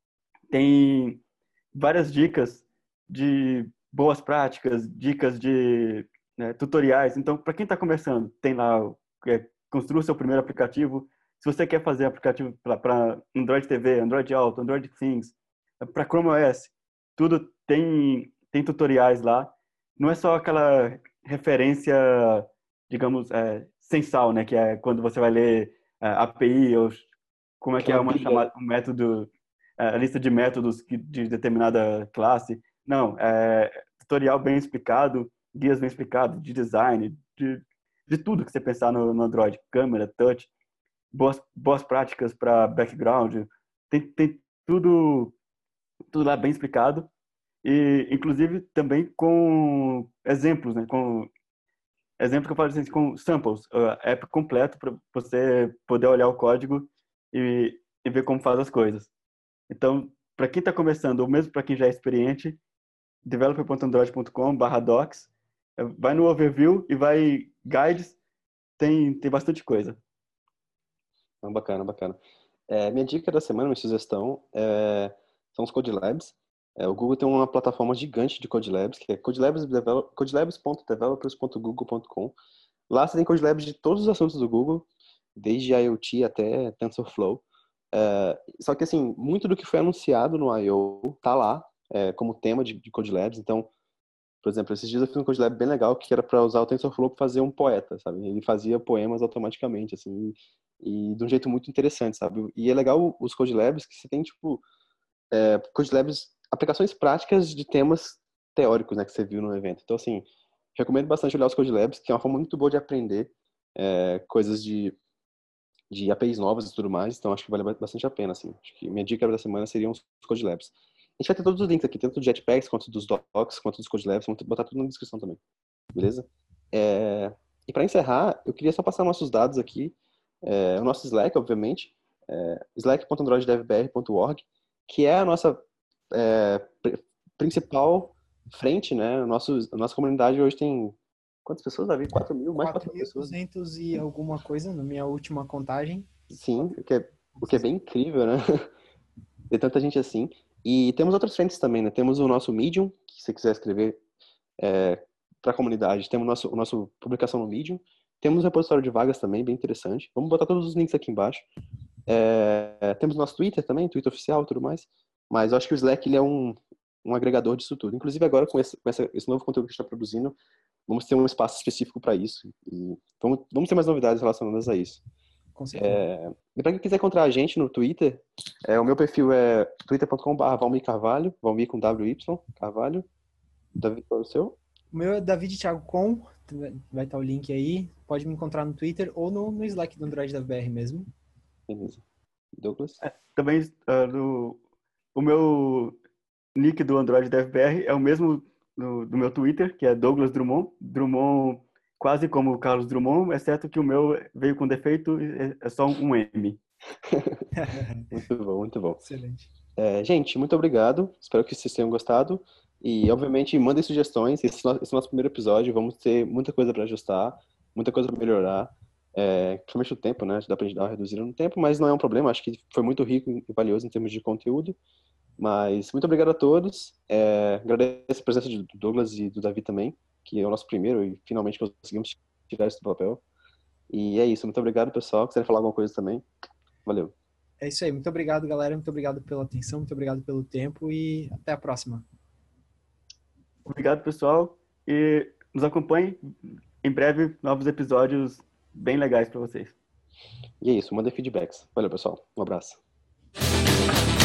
tem várias dicas de boas práticas, dicas de, né, tutoriais. Então, para quem está começando, tem lá, é, construa o seu primeiro aplicativo. Se você quer fazer aplicativo para Android T V, Android Auto, Android Things, para Chrome O S, tudo tem, tem tutoriais lá. Não é só aquela referência, digamos, é, sensal, né? Que é quando você vai ler é, A P I, ou como é que é Aquela uma bíblia. chamada, um método, é, a lista de métodos que- de determinada classe. Não, é tutorial bem explicado, guias bem explicados, de design, de, de tudo que você pensar no, no Android, câmera, touch, boas, boas práticas para background, tem, tem tudo, tudo lá bem explicado e, inclusive, também com exemplos, né? Com exemplos que eu falo assim, com samples, uh, app completo para você poder olhar o código e, e ver como faz as coisas. Então, para quem está começando, ou mesmo para quem já é experiente, developer ponto android ponto com barra docs, vai no overview e vai guides, tem, tem bastante coisa. Ah, bacana, bacana. É, minha dica da semana, minha sugestão, é, são os Code Labs. É, o Google tem uma plataforma gigante de Code Labs, que é codelabs ponto developers ponto google ponto com. Lá você tem Code Labs de todos os assuntos do Google, desde IoT até TensorFlow. É, só que, assim, muito do que foi anunciado no I O tá lá, é, como tema de, de Code Labs. Então, por exemplo, esses dias eu fiz um Code Lab bem legal que era para usar o TensorFlow para fazer um poeta, sabe? Ele fazia poemas automaticamente, assim, e de um jeito muito interessante, sabe? E é legal os Code Labs que você tem, tipo, é, Code Labs, aplicações práticas de temas teóricos, né, que você viu no evento. Então, assim, recomendo bastante olhar os Code Labs, que é uma forma muito boa de aprender é, coisas de, de A P Is novas e tudo mais. Então, acho que vale bastante a pena, assim. Acho que minha dica da semana seriam os Code Labs. A gente vai ter todos os links aqui, tanto do Jetpacks, quanto dos docs, quanto dos Code Labs. Vamos botar tudo na descrição também. Beleza? É... E para encerrar, eu queria só passar nossos dados aqui. É... O nosso Slack, obviamente. É... slack ponto android dev b r ponto org, que é a nossa é, pri- principal frente, né? O nosso, a nossa comunidade hoje tem quantas pessoas, Davi? quatro mil? Mais de quatro mil pessoas. quatro mil e duzentos e alguma coisa, na minha última contagem. Sim, o que é, o que é bem incrível, né? Ter tanta gente assim. E temos outras frentes também, né? Temos o nosso Medium, que se você quiser escrever é, para a comunidade, temos o nosso, o nosso publicação no Medium. Temos um repositório de vagas também, bem interessante. Vamos botar todos os links aqui embaixo. É, temos nosso Twitter também, Twitter oficial e tudo mais. Mas eu acho que o Slack ele é um, um agregador disso tudo. Inclusive agora com esse, com essa, esse novo conteúdo que a gente está produzindo, vamos ter um espaço específico para isso. E vamos, vamos ter mais novidades relacionadas a isso. Com certeza. É, e para quem quiser encontrar a gente no Twitter, é, o meu perfil é twitter ponto com barra Valmir Carvalho, Valmir com W Y, Carvalho. Davi, qual é o seu? O meu é David Thiago Com, vai estar o link aí. Pode me encontrar no Twitter ou no, no Slack do Android da V B R mesmo. Beleza. Douglas? Também ah, do, o meu nick do Android da F B R é o mesmo do, do meu Twitter, que é Douglas Drummond. Drummond quase como o Carlos Drummond, exceto que o meu veio com defeito, é é só um M. Muito bom, muito bom. Excelente. É, gente, muito obrigado. Espero que vocês tenham gostado. E, obviamente, mandem sugestões. Esse, é no- esse é o nosso primeiro episódio. Vamos ter muita coisa para ajustar, muita coisa para melhorar. É, principalmente o tempo, né? Dá pra gente dar uma reduzida no tempo, mas não é um problema. Acho que foi muito rico e valioso em termos de conteúdo. Mas muito obrigado a todos. É, agradeço a presença do Douglas e do Davi também, que é o nosso primeiro e finalmente conseguimos tirar isso do papel. E é isso. Muito obrigado, pessoal. Quiserem falar alguma coisa também? Valeu. É isso aí. Muito obrigado, galera. Muito obrigado pela atenção, muito obrigado pelo tempo e até a próxima. Obrigado, pessoal. E nos acompanhe. Em breve, novos episódios bem legais para vocês. E é isso. Mandem feedbacks. Valeu, pessoal. Um abraço.